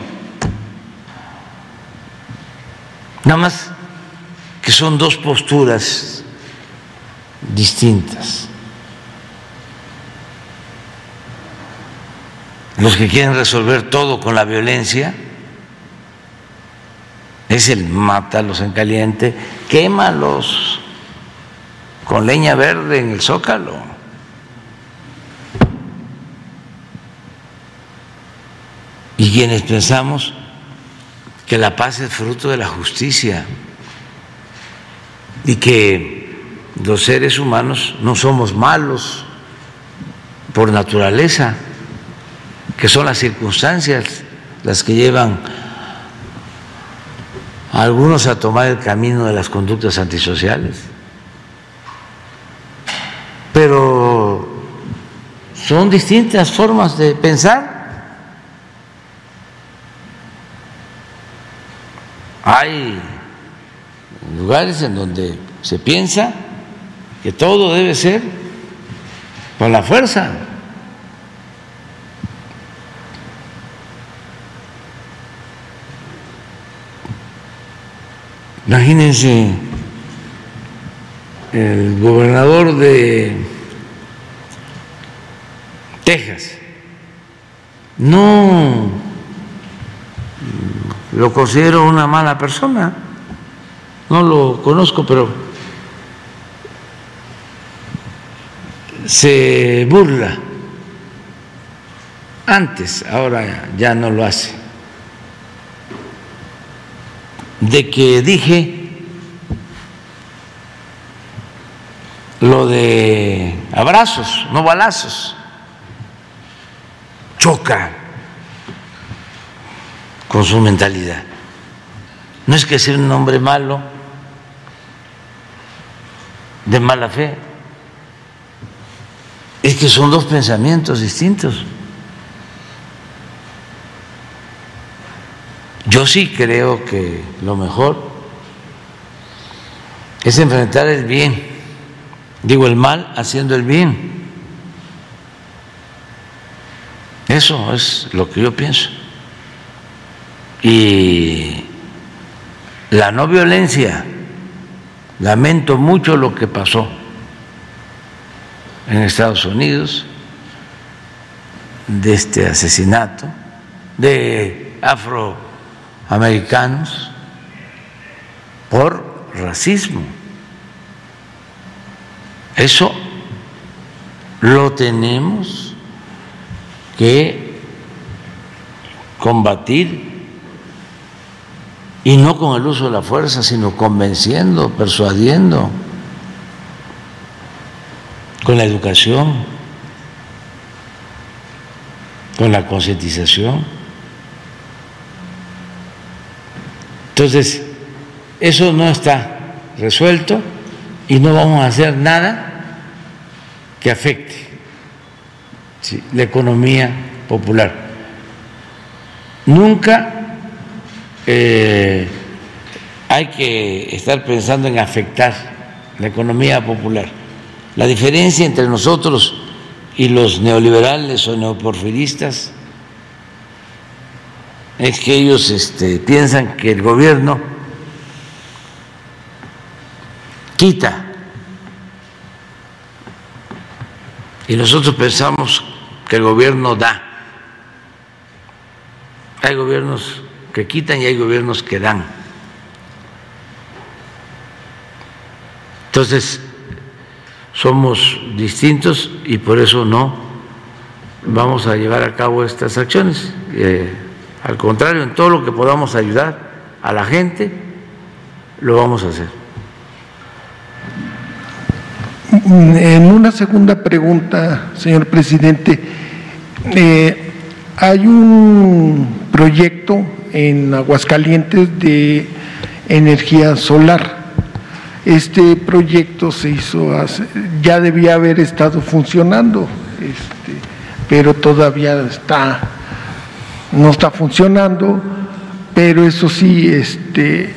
Nada más que son dos posturas distintas. Los que quieren resolver todo con la violencia es el mátalos en caliente, quémalos con leña verde en el Zócalo. Y quienes pensamos que la paz es fruto de la justicia y que los seres humanos no somos malos por naturaleza, que son las circunstancias las que llevan a algunos a tomar el camino de las conductas antisociales. Pero son distintas formas de pensar. Hay lugares en donde se piensa que todo debe ser con la fuerza. Imagínense el gobernador de Texas, no lo considero una mala persona, no lo conozco, pero se burla antes, ahora ya no lo hace, de que dije lo de abrazos, no balazos. Choca con su mentalidad. No es que sea un hombre malo, de mala fe, es que son dos pensamientos distintos. Yo sí creo que lo mejor es enfrentar el bien, digo el mal haciendo el bien. Eso es lo que yo pienso. Y la no violencia, lamento mucho lo que pasó en Estados Unidos, de este asesinato de afroamericanos por racismo. Eso lo tenemos que combatir, y no con el uso de la fuerza, sino convenciendo, persuadiendo, con la educación, con la concientización. Entonces, eso no está resuelto y no vamos a hacer nada que afecte, ¿sí?, la economía popular. Nunca eh, hay que estar pensando en afectar la economía popular. La diferencia entre nosotros y los neoliberales o neoporfiristas es que ellos este, piensan que el gobierno quita y nosotros pensamos que el gobierno da. Hay gobiernos que quitan y hay gobiernos que dan. Entonces, somos distintos y por eso no vamos a llevar a cabo estas acciones. Eh, al contrario, en todo lo que podamos ayudar a la gente, lo vamos a hacer. En una segunda pregunta, señor presidente, eh, hay un proyecto en Aguascalientes de energía solar. Este proyecto se hizo hace, ya debía haber estado funcionando, este, pero todavía está, no está funcionando. Pero eso sí, este,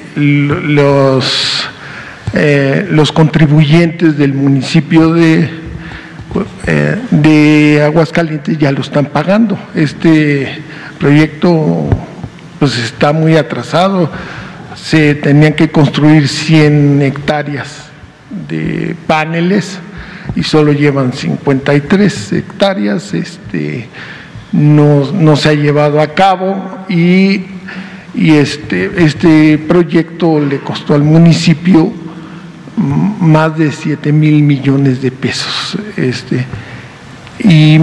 los, eh, los contribuyentes del municipio de, eh, de Aguascalientes ya lo están pagando. Este proyecto pues está muy atrasado. Se tenían que construir cien hectáreas de paneles y solo llevan cincuenta y tres hectáreas. Este, no, no se ha llevado a cabo y, y este, este proyecto le costó al municipio más de siete mil millones de pesos. Este, y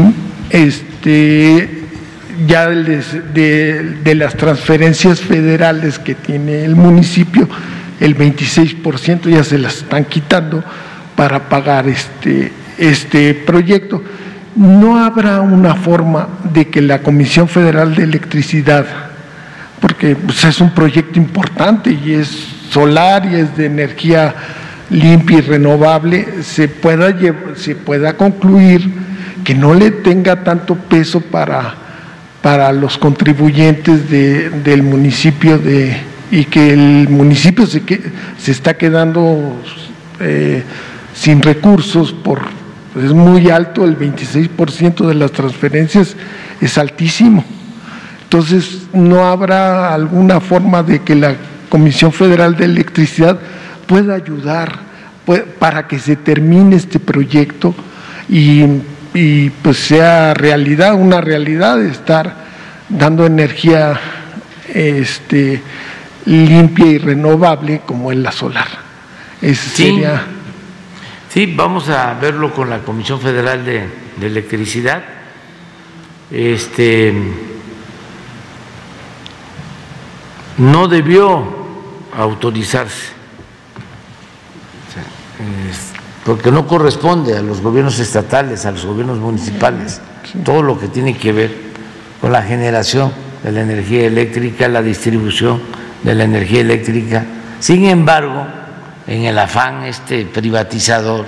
este ya de, de, de las transferencias federales que tiene el municipio, el veintiséis por ciento ya se las están quitando para pagar este, este proyecto. ¿No habrá una forma de que la Comisión Federal de Electricidad, porque pues, es un proyecto importante y es solar y es de energía limpia y renovable, se pueda, se pueda concluir que no le tenga tanto peso para para los contribuyentes de, del municipio de, y que el municipio se, que, se está quedando eh, sin recursos, por, pues es muy alto, el veintiséis por ciento de las transferencias es altísimo. Entonces, ¿no habrá alguna forma de que la Comisión Federal de Electricidad pueda ayudar pueda, para que se termine este proyecto y y pues sea realidad, una realidad de estar dando energía este, limpia y renovable como es la solar? Ese sí, sería... sí, vamos a verlo con la Comisión Federal de, de Electricidad. Este, no debió autorizarse, porque no corresponde a los gobiernos estatales, a los gobiernos municipales, sí. Todo lo que tiene que ver con la generación de la energía eléctrica, la distribución de la energía eléctrica. Sin embargo, en el afán este privatizador,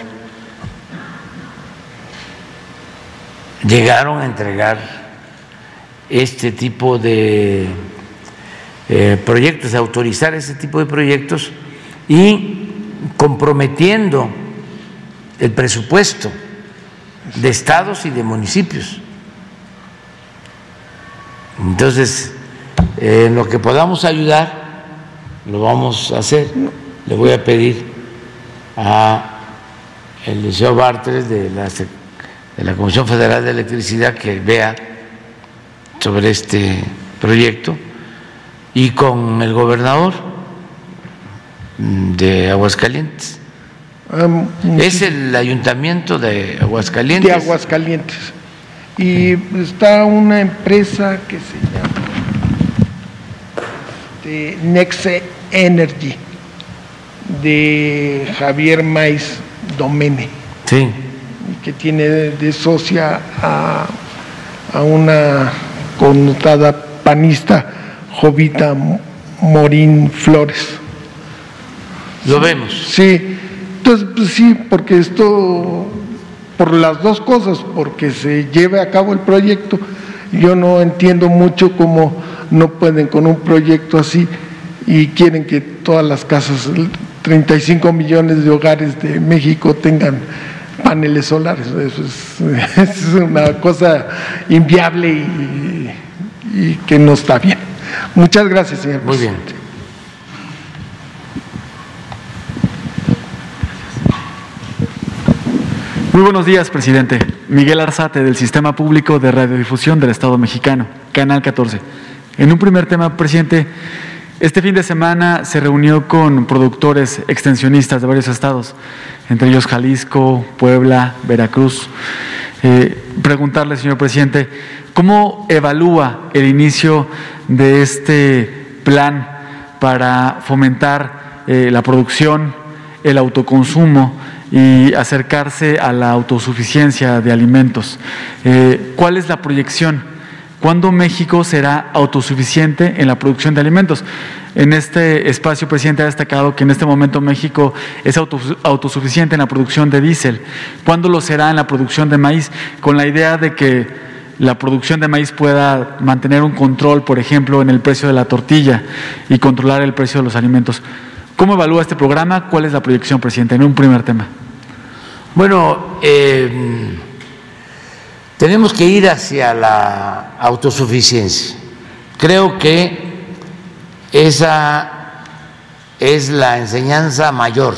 llegaron a entregar este tipo de eh, proyectos, a autorizar este tipo de proyectos y comprometiendo el presupuesto de estados y de municipios. Entonces, eh, en lo que podamos ayudar, lo vamos a hacer. Le voy a pedir a el licenciado Bartres de la, de la Comisión Federal de Electricidad que vea sobre este proyecto, y con el gobernador de Aguascalientes. Um, es el ayuntamiento de Aguascalientes. De Aguascalientes. Y está una empresa que se llama de Nexe Energy, de Javier Maiz Domene. Sí. Que tiene de socia a, a una connotada panista, Jovita Morín Flores. Lo vemos. Sí. Entonces, pues sí, porque esto, por las dos cosas, porque se lleve a cabo el proyecto, yo no entiendo mucho cómo no pueden con un proyecto así y quieren que todas las casas, treinta y cinco millones de hogares de México tengan paneles solares. Eso es, es una cosa inviable y, y que no está bien. Muchas gracias, señor presidente. Muy bien. Muy buenos días, presidente. Miguel Arzate, del Sistema Público de Radiodifusión del Estado Mexicano, Canal catorce. En un primer tema, presidente, Este fin de semana se reunió con productores extensionistas de varios estados, entre ellos Jalisco, Puebla, Veracruz. Eh, preguntarle, señor presidente, ¿cómo evalúa el inicio de este plan para fomentar eh, la producción, el autoconsumo y acercarse a la autosuficiencia de alimentos? Eh, ¿Cuál es la proyección? ¿Cuándo México será autosuficiente en la producción de alimentos? En este espacio, presidente, ha destacado que en este momento México es autosuficiente en la producción de diésel. ¿Cuándo lo será en la producción de maíz? Con la idea de que la producción de maíz pueda mantener un control, por ejemplo, en el precio de la tortilla y controlar el precio de los alimentos. ¿Cómo evalúa este programa? ¿Cuál es la proyección, presidente? En un primer tema. Bueno, eh, tenemos que ir hacia la autosuficiencia. Creo que esa es la enseñanza mayor,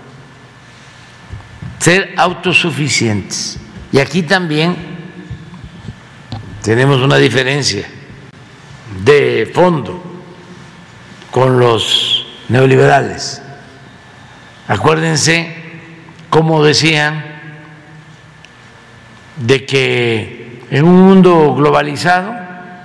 ser autosuficientes. Y aquí también tenemos una diferencia de fondo con los neoliberales. Acuérdense cómo decían de que en un mundo globalizado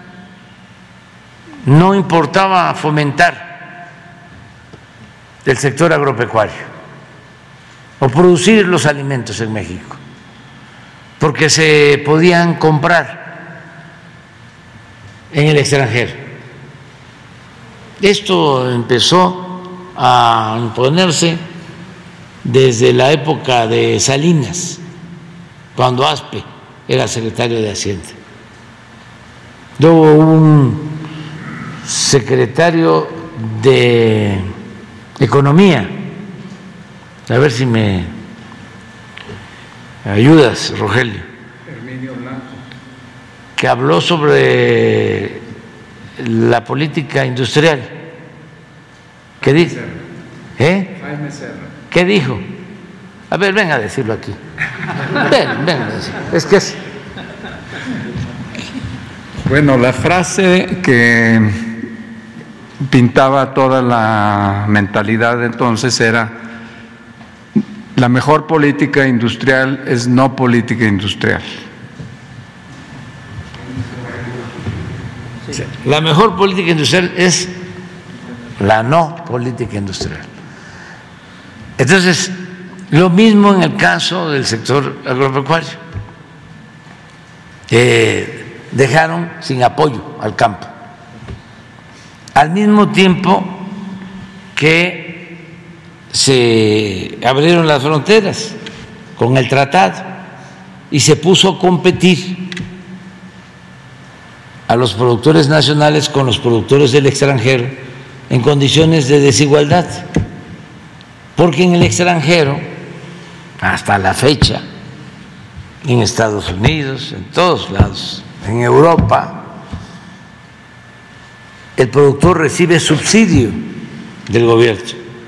no importaba fomentar el sector agropecuario o producir los alimentos en México, porque se podían comprar en el extranjero. Esto empezó a imponerse desde la época de Salinas, cuando Aspe era secretario de Hacienda. Luego un secretario de Economía, a ver si me ayudas, Rogelio, Herminio Blanco, que habló sobre la política industrial. ¿Qué dijo? ¿Eh? Jaime Serra. ¿Qué dijo? A ver, venga a decirlo aquí. Ven, ven a decirlo. Es que es... Bueno, la frase que pintaba toda la mentalidad entonces era: la mejor política industrial es no política industrial. La mejor política industrial es la no política industrial. Entonces, lo mismo en el caso del sector agropecuario. Eh, dejaron sin apoyo al campo. Al mismo tiempo que se abrieron las fronteras con el tratado y se puso a competir a los productores nacionales con los productores del extranjero en condiciones de desigualdad, porque en el extranjero, hasta la fecha, en Estados Unidos, en todos lados, en Europa, el productor recibe subsidio del gobierno.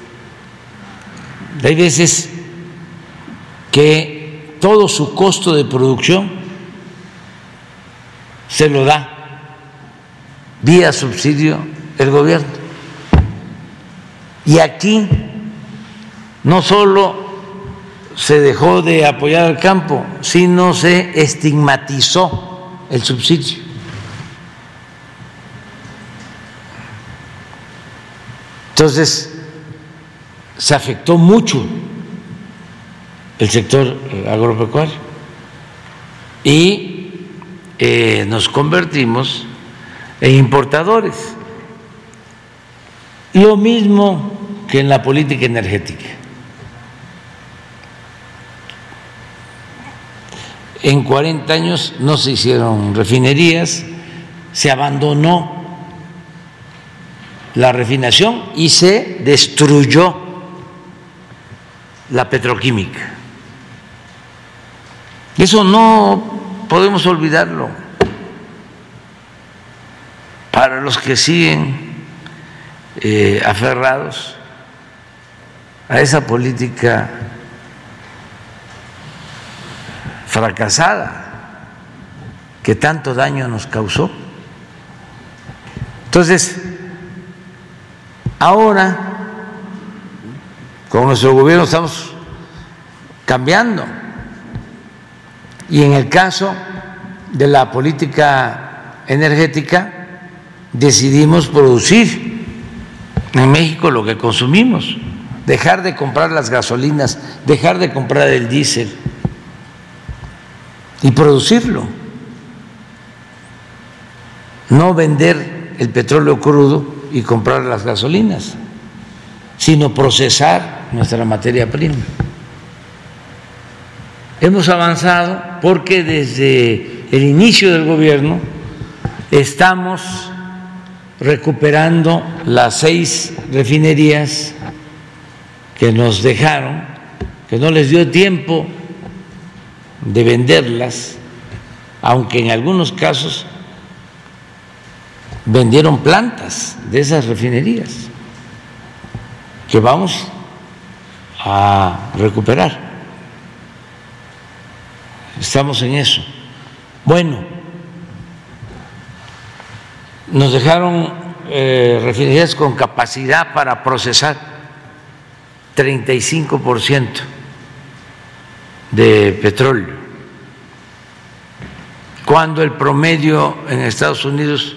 Hay veces que todo su costo de producción se lo da vía subsidio el gobierno. Y aquí no solo se dejó de apoyar al campo, sino se estigmatizó el subsidio. Entonces, se afectó mucho el sector agropecuario y eh, nos convertimos en importadores. Lo mismo que en la política energética. En cuarenta años no se hicieron refinerías, se abandonó la refinación y se destruyó la petroquímica. Eso no podemos olvidarlo. Para los que siguen eh, aferrados a esa política fracasada que tanto daño nos causó. Entonces, Ahora, con nuestro gobierno estamos cambiando. Y en el caso de la política energética, decidimos producir en México lo que consumimos, dejar de comprar las gasolinas, dejar de comprar el diésel y producirlo. No vender el petróleo crudo y comprar las gasolinas, sino procesar nuestra materia prima. Hemos avanzado porque desde el inicio del gobierno estamos recuperando las seis refinerías que nos dejaron, que no les dio tiempo de venderlas, aunque en algunos casos vendieron plantas de esas refinerías que vamos a recuperar. Estamos en eso. Bueno, nos dejaron eh, refinerías con capacidad para procesar treinta y cinco por ciento de petróleo, cuando el promedio en Estados Unidos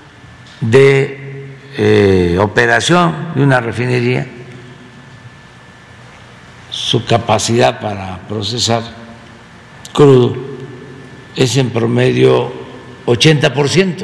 de eh, operación de una refinería, su capacidad para procesar crudo es en promedio ochenta por ciento.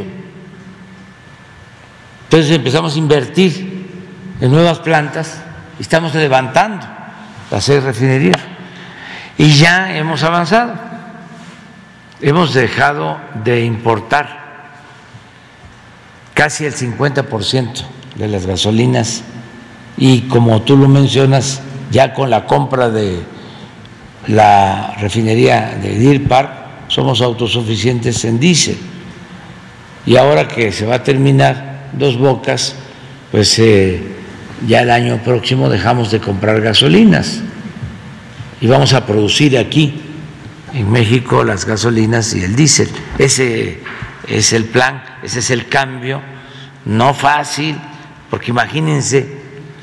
Entonces empezamos a invertir en nuevas plantas y estamos levantando las seis refinerías y ya hemos avanzado. Hemos dejado de importar casi el cincuenta por ciento de las gasolinas y, como tú lo mencionas, ya con la compra de la refinería de Deer Park somos autosuficientes en diésel. Y ahora que se va a terminar Dos Bocas, pues eh, ya el año próximo dejamos de comprar gasolinas y vamos a producir aquí en México las gasolinas y el diésel. Ese es el plan, ese es el cambio, no fácil, porque imagínense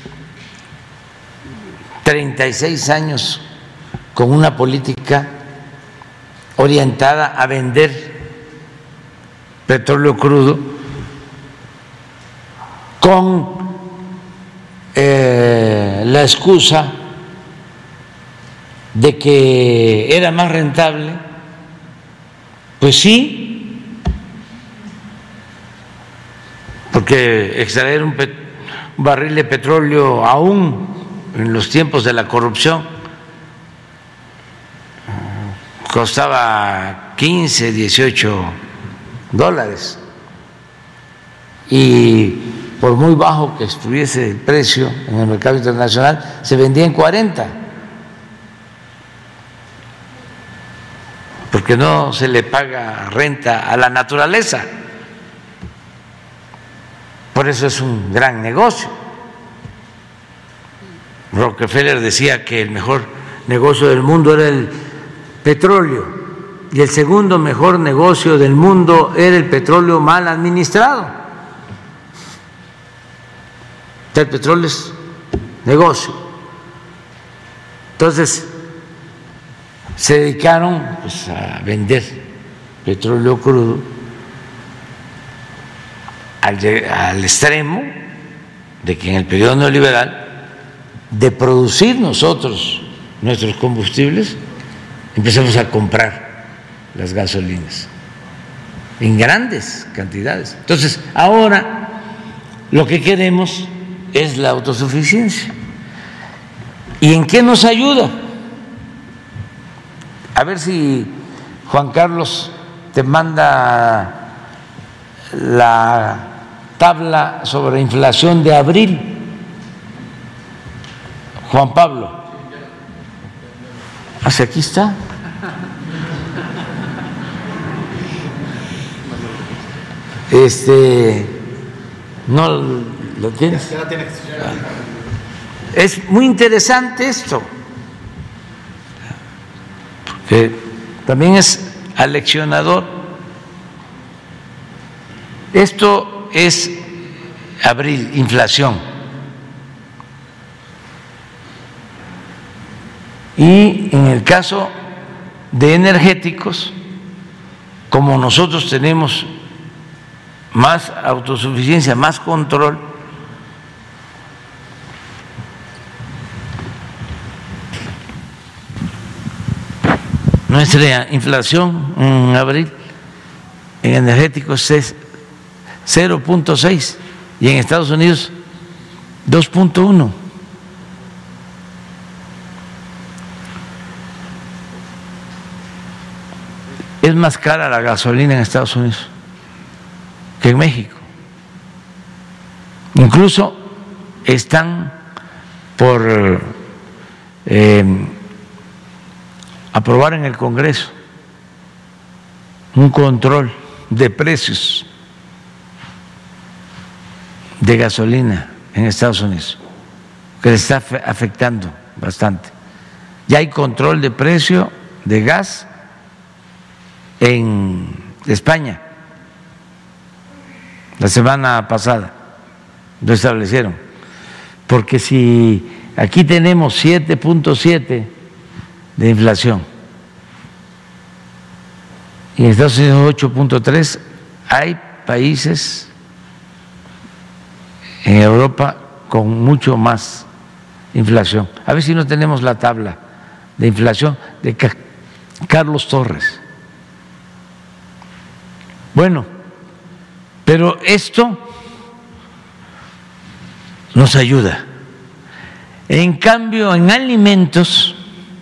treinta y seis años con una política orientada a vender petróleo crudo con eh, la excusa de que era más rentable. Pues sí, porque extraer un, un barril de petróleo aún en los tiempos de la corrupción costaba quince, dieciocho dólares, y por muy bajo que estuviese el precio en el mercado internacional, se vendía en cuarenta, porque no se le paga renta a la naturaleza. Por eso es un gran negocio. Rockefeller decía que el mejor negocio del mundo era el petróleo y el segundo mejor negocio del mundo era el petróleo mal administrado. El petróleo es negocio. Entonces se dedicaron pues, a vender petróleo crudo al, al extremo de que en el periodo neoliberal, de producir nosotros nuestros combustibles, empezamos a comprar las gasolinas en grandes cantidades. Entonces, ahora lo que queremos es la autosuficiencia. ¿Y en qué nos ayuda? A ver si Juan Carlos te manda la tabla sobre inflación de abril. Juan Pablo. ¿Hacia aquí está? Este, no lo tienes. Es muy interesante esto, porque también es aleccionador. Esto es abril, inflación Y en el caso de energéticos, como nosotros tenemos más autosuficiencia, más control, nuestra inflación en abril en energéticos es cero punto seis y en Estados Unidos dos punto uno. Es más cara la gasolina en Estados Unidos que en México. Incluso están por eh, aprobar en el Congreso un control de precios de gasolina en Estados Unidos, que les está afectando bastante. Ya hay control de precio de gas en España. La semana pasada lo establecieron, porque si aquí tenemos siete punto siete de inflación y en Estados Unidos ocho punto tres, hay países en Europa con mucho más inflación. A ver si no tenemos la tabla de inflación de Carlos Torres. Bueno, pero esto nos ayuda. En cambio, en alimentos,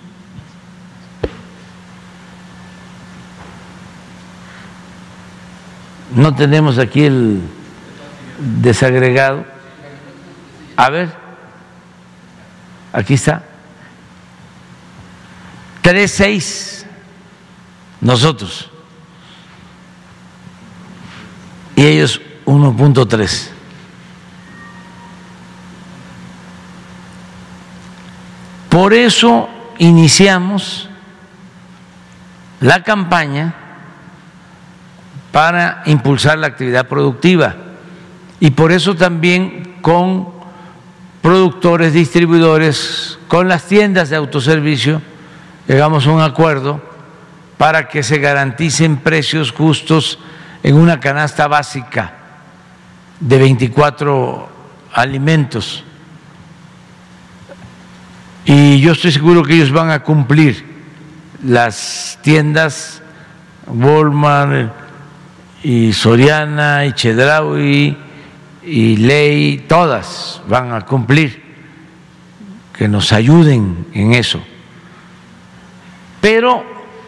no tenemos aquí el desagregado. A ver, aquí está. tres punto seis nosotros y ellos uno punto tres. Por eso iniciamos la campaña para impulsar la actividad productiva y por eso también con productores, distribuidores, con las tiendas de autoservicio llegamos a un acuerdo para que se garanticen precios justos en una canasta básica de veinticuatro alimentos. Y yo estoy seguro que ellos van a cumplir. Las tiendas Walmart y Soriana y Chedraui y Ley, todas van a cumplir, que nos ayuden en eso. Pero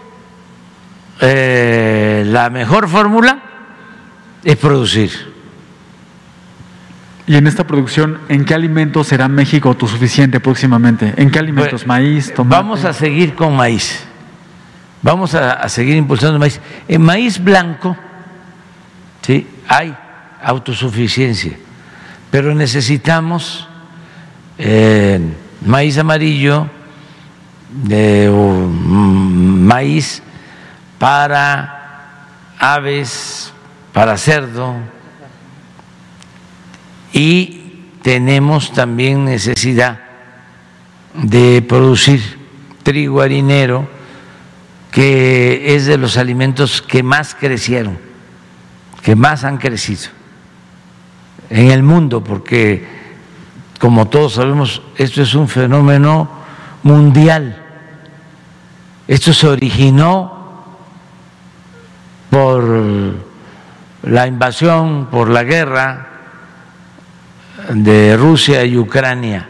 eh, la mejor fórmula es producir. Y en esta producción, ¿en qué alimentos será México autosuficiente próximamente? ¿En qué alimentos? Pues, ¿Maíz, tomate? Vamos a seguir con maíz. Vamos a, a seguir impulsando el maíz. En maíz blanco, sí, hay autosuficiencia, pero necesitamos eh, maíz amarillo de, o maíz para aves, para cerdo, y tenemos también necesidad de producir trigo harinero, que es de los alimentos que más crecieron, que más han crecido en el mundo, porque como todos sabemos, esto es un fenómeno mundial. Esto se originó por la invasión, por la guerra de Rusia y Ucrania.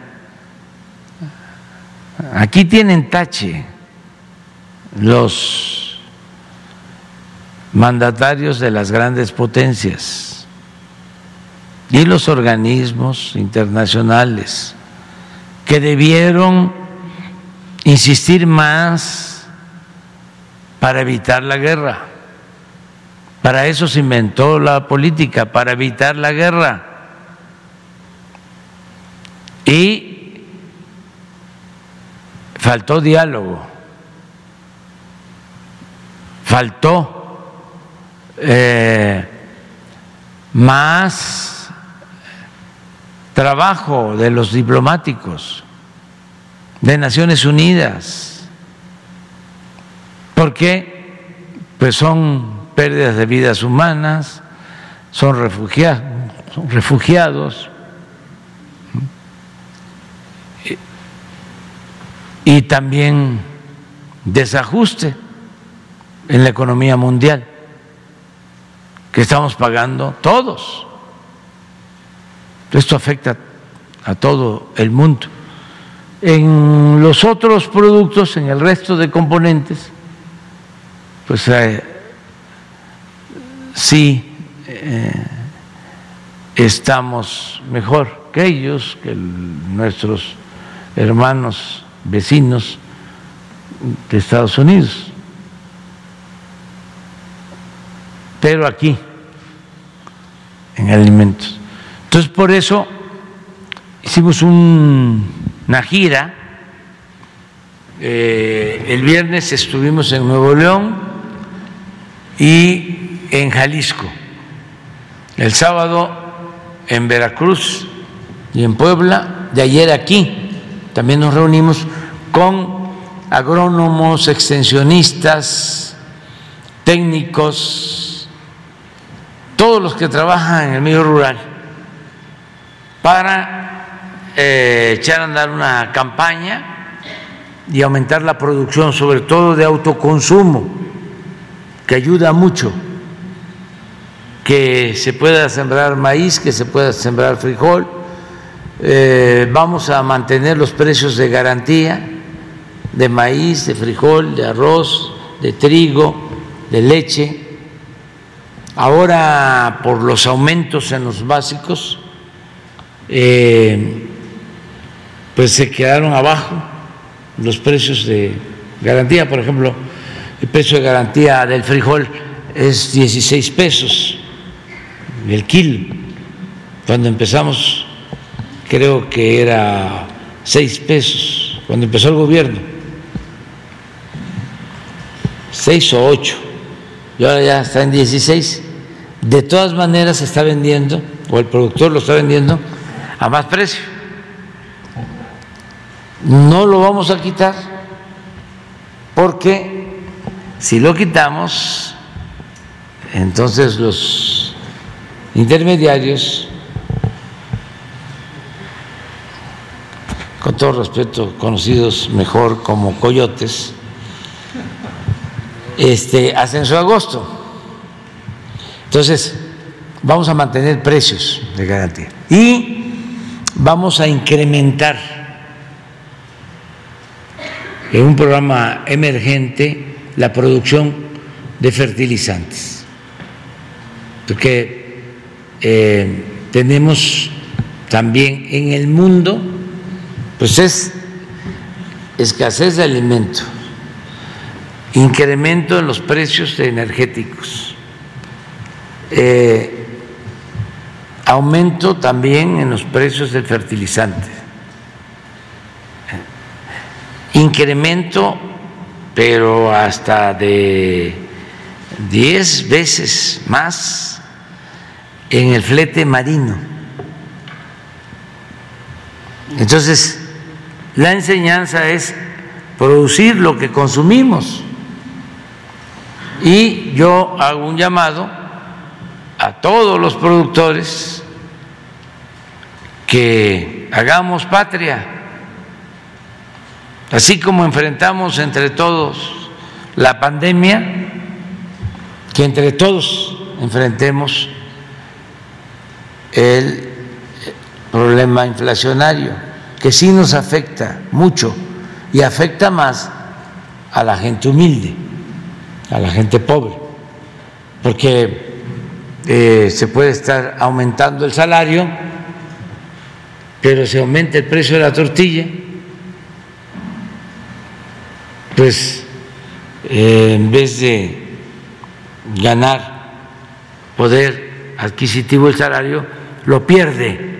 Aquí tienen tache los mandatarios de las grandes potencias y los organismos internacionales que debieron insistir más para evitar la guerra. Para eso se inventó la política, para evitar la guerra. Y faltó diálogo, faltó eh, más trabajo de los diplomáticos, de Naciones Unidas. ¿Por qué? Pues son pérdidas de vidas humanas, son refugiados, son refugiados y también desajuste en la economía mundial que estamos pagando todos. Esto afecta a todo el mundo. En los otros productos, en el resto de componentes, pues eh, sí eh, estamos mejor que ellos, que el, nuestros hermanos vecinos de Estados Unidos. Pero aquí, en alimentos. Entonces, por eso hicimos un, una gira. Eh, el viernes estuvimos en Nuevo León y en Jalisco. El sábado en Veracruz y en Puebla. De ayer aquí también nos reunimos con agrónomos, extensionistas, técnicos, todos los que trabajan en el medio rural, para eh, echar a andar una campaña y aumentar la producción, sobre todo de autoconsumo, que ayuda mucho, que se pueda sembrar maíz, que se pueda sembrar frijol. Eh, vamos a mantener los precios de garantía de maíz, de frijol, de arroz, de trigo, de leche. Ahora, por los aumentos en los básicos, eh, pues se quedaron abajo los precios de garantía. Por ejemplo, el precio de garantía del frijol es dieciséis pesos el kilo. Cuando empezamos, creo que era seis pesos, cuando empezó el gobierno, seis o ocho, y ahora ya está en dieciséis. De todas maneras se está vendiendo, o el productor lo está vendiendo a más precio. No lo vamos a quitar, porque si lo quitamos, entonces los intermediarios, con todo respeto, conocidos mejor como coyotes, este, hacen su agosto. Entonces, vamos a mantener precios de garantía y vamos a incrementar en un programa emergente la producción de fertilizantes, porque eh, tenemos también en el mundo, pues es escasez de alimento, incremento en los precios de energéticos, eh, aumento también en los precios del fertilizante, incremento pero hasta de diez veces más en el flete marino. Entonces, la enseñanza es producir lo que consumimos, y yo hago un llamado a todos los productores que hagamos patria, así como enfrentamos entre todos la pandemia, que entre todos enfrentemos el problema inflacionario, que sí nos afecta mucho y afecta más a la gente humilde, a la gente pobre, porque eh, se puede estar aumentando el salario, pero si aumenta el precio de la tortilla, pues eh, en vez de ganar poder adquisitivo el salario, lo pierde.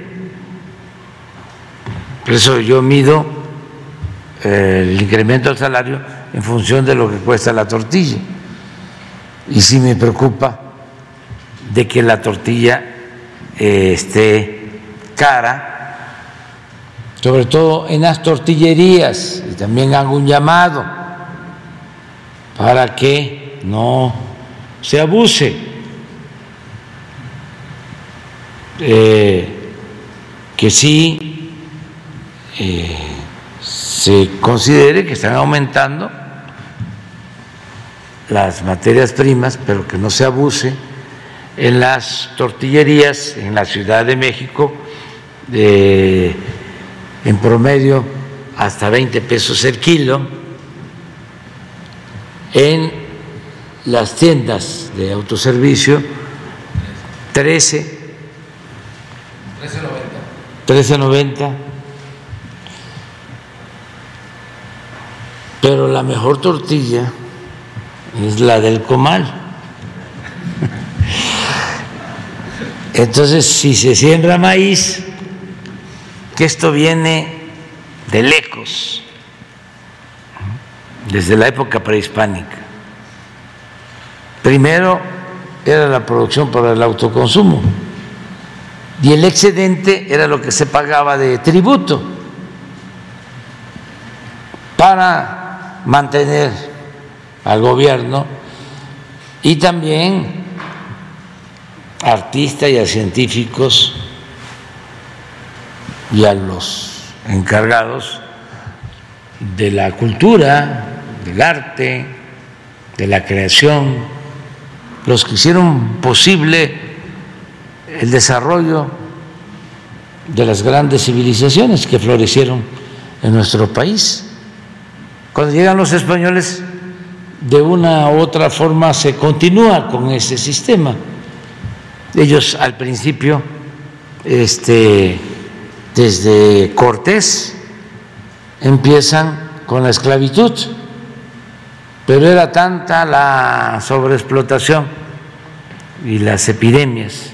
Por eso yo mido eh, el incremento del salario en función de lo que cuesta la tortilla. Y sí me preocupa de que la tortilla eh, esté cara, sobre todo en las tortillerías, y también hago un llamado para que no se abuse, eh, que sí eh, se considere que están aumentando las materias primas, pero que no se abuse. En las tortillerías en la Ciudad de México, de, en promedio hasta veinte pesos el kilo. En las tiendas de autoservicio, trece, trece noventa. Pero la mejor tortilla es la del comal. Entonces, si se siembra maíz, que esto viene de lejos, desde la época prehispánica. Primero era la producción para el autoconsumo y el excedente era lo que se pagaba de tributo para mantener al gobierno y también a artistas y a científicos y a los encargados de la cultura, del arte, de la creación, los que hicieron posible el desarrollo de las grandes civilizaciones que florecieron en nuestro país. Cuando llegan los españoles, de una u otra forma se continúa con ese sistema. Ellos al principio, este, desde Cortés, empiezan con la esclavitud, pero era tanta la sobreexplotación y las epidemias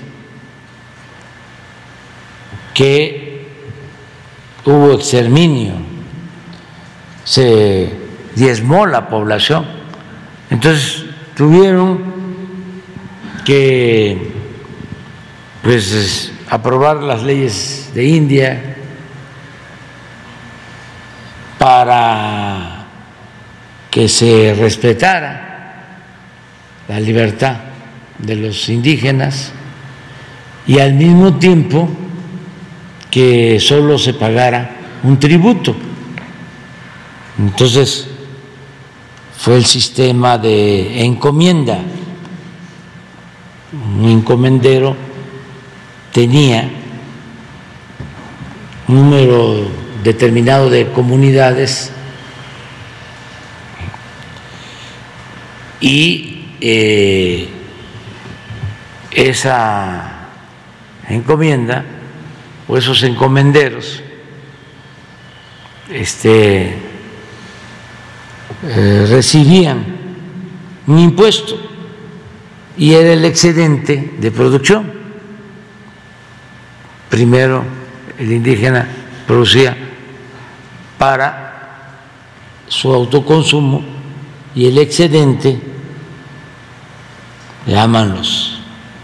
que hubo exterminio, se diezmó la población. Entonces tuvieron que pues aprobar las leyes de India para que se respetara la libertad de los indígenas y al mismo tiempo que solo se pagara un tributo. Entonces fue el sistema de encomienda. Un encomendero tenía un número determinado de comunidades y eh, esa encomienda o esos encomenderos este, eh, recibían un impuesto y era el excedente de producción. Primero el indígena producía para su autoconsumo y el excedente, llaman los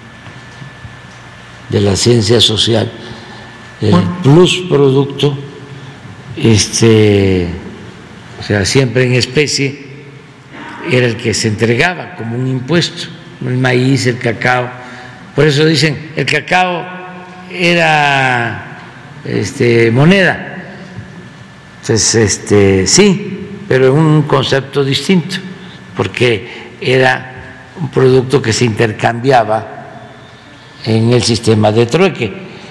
de la ciencia social, el plus producto, este, o sea, siempre en especie, era el que se entregaba como un impuesto, el maíz, el cacao. Por eso dicen, el cacao era este, moneda. Entonces, este, sí, pero en un concepto distinto, porque era un producto que se intercambiaba en el sistema de trueque.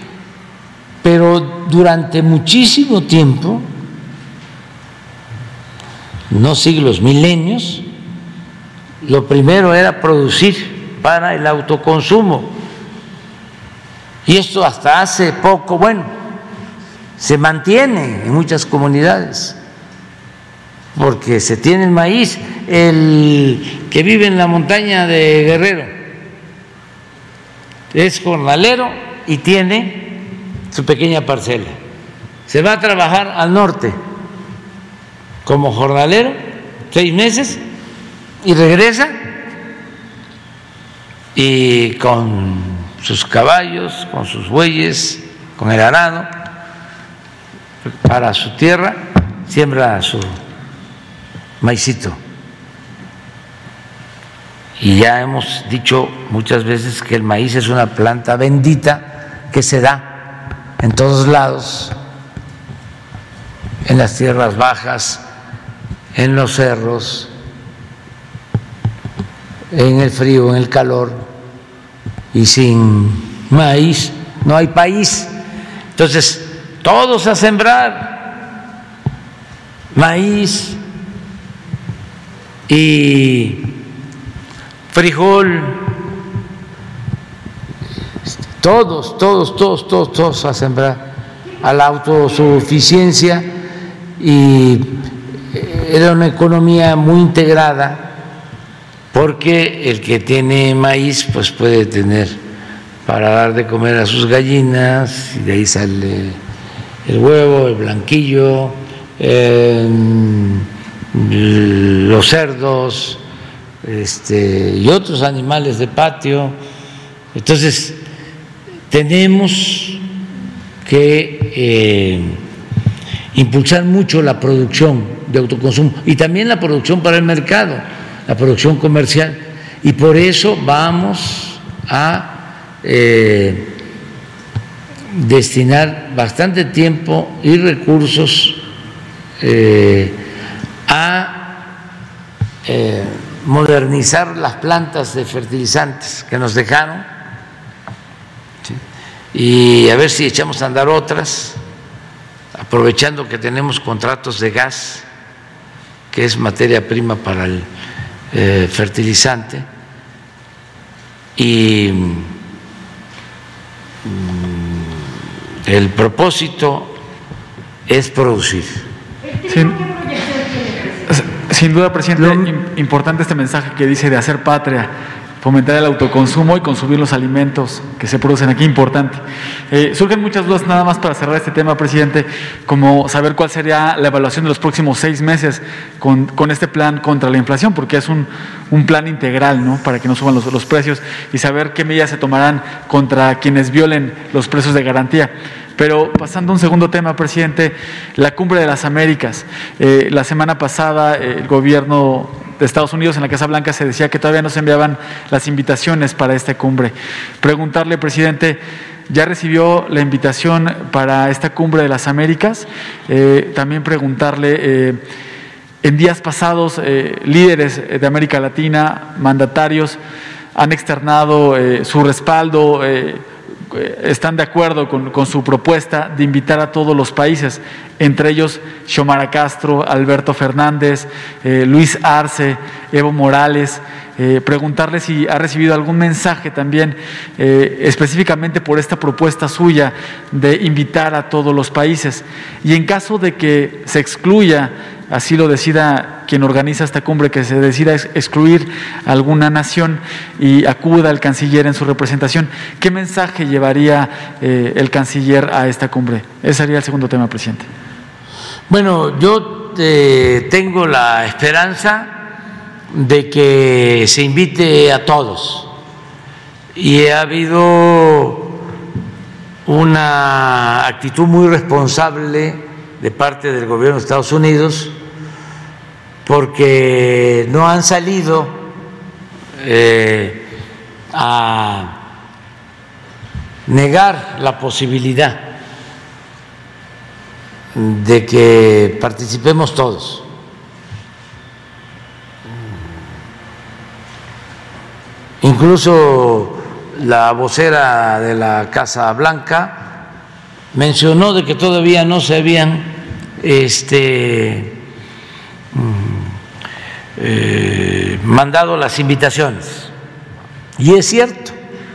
Pero durante muchísimo tiempo, no siglos, milenios, lo primero era producir para el autoconsumo. Y esto hasta hace poco, bueno, se mantiene en muchas comunidades, porque se tiene el maíz. El que vive en la montaña de Guerrero es jornalero y tiene su pequeña parcela. Se va a trabajar al norte como jornalero seis meses y regresa y con sus caballos, con sus bueyes, con el arado, para su tierra, siembra su maicito. Y ya hemos dicho muchas veces que el maíz es una planta bendita que se da en todos lados, en las tierras bajas, en los cerros, en el frío, en el calor, y sin maíz no hay país. Entonces, todos a sembrar maíz y frijol, todos, todos, todos, todos, todos a sembrar, a la autosuficiencia, y era una economía muy integrada, porque el que tiene maíz pues puede tener para dar de comer a sus gallinas, y de ahí sale el huevo, el blanquillo, eh, los cerdos, este, y otros animales de patio. Entonces tenemos que eh, impulsar mucho la producción de autoconsumo y también la producción para el mercado, la producción comercial, y por eso vamos a eh, destinar bastante tiempo y recursos eh, a eh, modernizar las plantas de fertilizantes que nos dejaron, ¿sí? Y a ver si echamos a andar otras, aprovechando que tenemos contratos de gas, que es materia prima para el eh, fertilizante, y mm, el propósito es producir. Sin, sin duda, presidente, Lo, importante este mensaje que dice de hacer patria, fomentar el autoconsumo y consumir los alimentos que se producen aquí, importante. Eh, surgen muchas dudas, nada más para cerrar este tema, presidente, como saber cuál sería la evaluación de los próximos seis meses con, con este plan contra la inflación, porque es un, un plan integral, ¿no?, para que no suban los, los precios, y saber qué medidas se tomarán contra quienes violen los precios de garantía. Pero pasando a un segundo tema, presidente, la Cumbre de las Américas. Eh, la semana pasada eh, el gobierno de Estados Unidos, en la Casa Blanca, se decía que todavía no se enviaban las invitaciones para esta cumbre. Preguntarle, presidente, ¿ya recibió la invitación para esta Cumbre de las Américas? Eh, también preguntarle, eh, en días pasados, eh, líderes de América Latina, mandatarios, han externado eh, su respaldo, eh, están de acuerdo con, con su propuesta de invitar a todos los países, entre ellos Xiomara Castro, Alberto Fernández, eh, Luis Arce, Evo Morales. Eh, preguntarle si ha recibido algún mensaje también eh, específicamente por esta propuesta suya de invitar a todos los países, y en caso de que se excluya, así lo decida quien organiza esta cumbre, que se decida excluir alguna nación y acuda el canciller en su representación, ¿qué mensaje llevaría eh, el canciller a esta cumbre? Ese sería el segundo tema, presidente. Bueno, yo eh, tengo la esperanza de que se invite a todos, y ha habido una actitud muy responsable de parte del gobierno de Estados Unidos, porque no han salido eh, a negar la posibilidad de que participemos todos. Incluso la vocera de la Casa Blanca mencionó de que todavía no se habían este, eh, mandado las invitaciones. Y es cierto,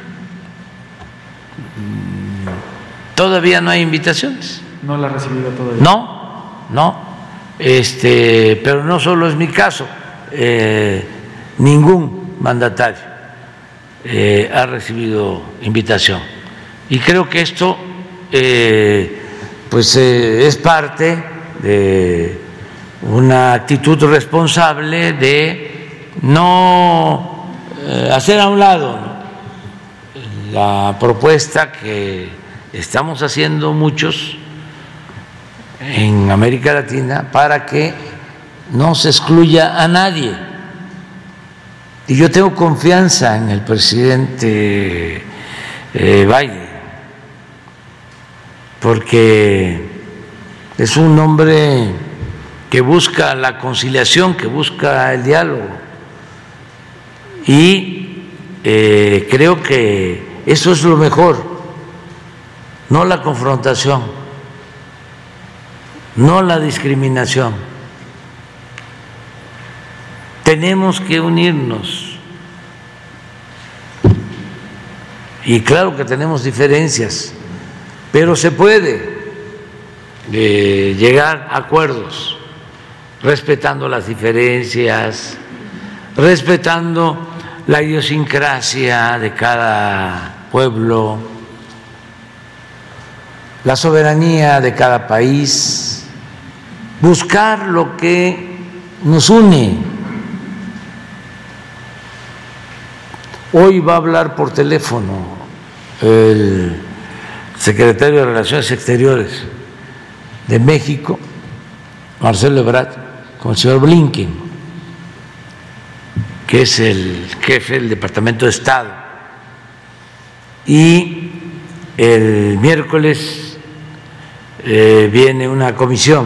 todavía no hay invitaciones. No la ha recibido todavía. No, no. Este, pero no solo es mi caso, eh, ningún mandatario Eh, ha recibido invitación, y creo que esto eh, pues eh, es parte de una actitud responsable de no eh, hacer a un lado la propuesta que estamos haciendo muchos en América Latina para que no se excluya a nadie. Y yo tengo confianza en el presidente eh, Biden, porque es un hombre que busca la conciliación, que busca el diálogo. Y eh, creo que eso es lo mejor, no la confrontación, no la discriminación. Tenemos que unirnos. Y claro que tenemos diferencias, pero se puede eh, llegar a acuerdos, respetando las diferencias, respetando la idiosincrasia de cada pueblo, la soberanía de cada país, buscar lo que nos une. Hoy va a hablar por teléfono el secretario de Relaciones Exteriores de México, Marcelo Ebrard, con el señor Blinken, que es el jefe del Departamento de Estado. Y el miércoles eh, viene una comisión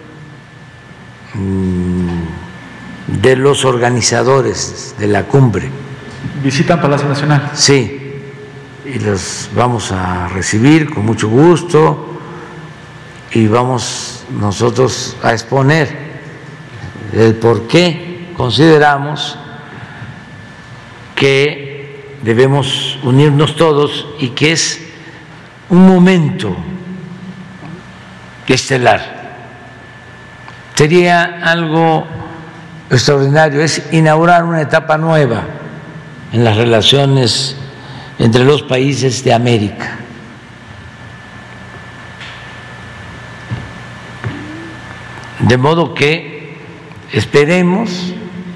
mmm, de los organizadores de la cumbre. ¿Visitan Palacio Nacional? Sí, y los vamos a recibir con mucho gusto y vamos nosotros a exponer el por qué consideramos que debemos unirnos todos y que es un momento estelar. Sería algo extraordinario, es inaugurar una etapa nueva en las relaciones entre los países de América. De modo que esperemos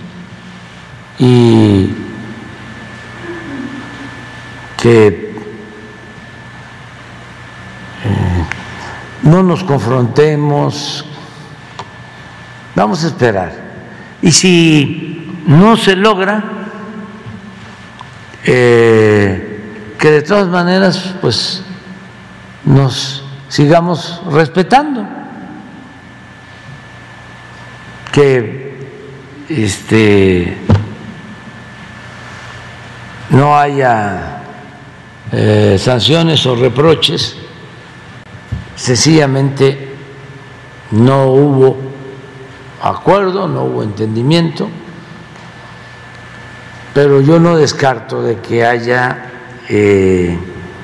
y que eh, no nos confrontemos, vamos a esperar. Y si no se logra, eh, que de todas maneras pues nos sigamos respetando, que este no haya Eh, sanciones o reproches, sencillamente no hubo acuerdo, no hubo entendimiento, pero yo no descarto de que haya eh,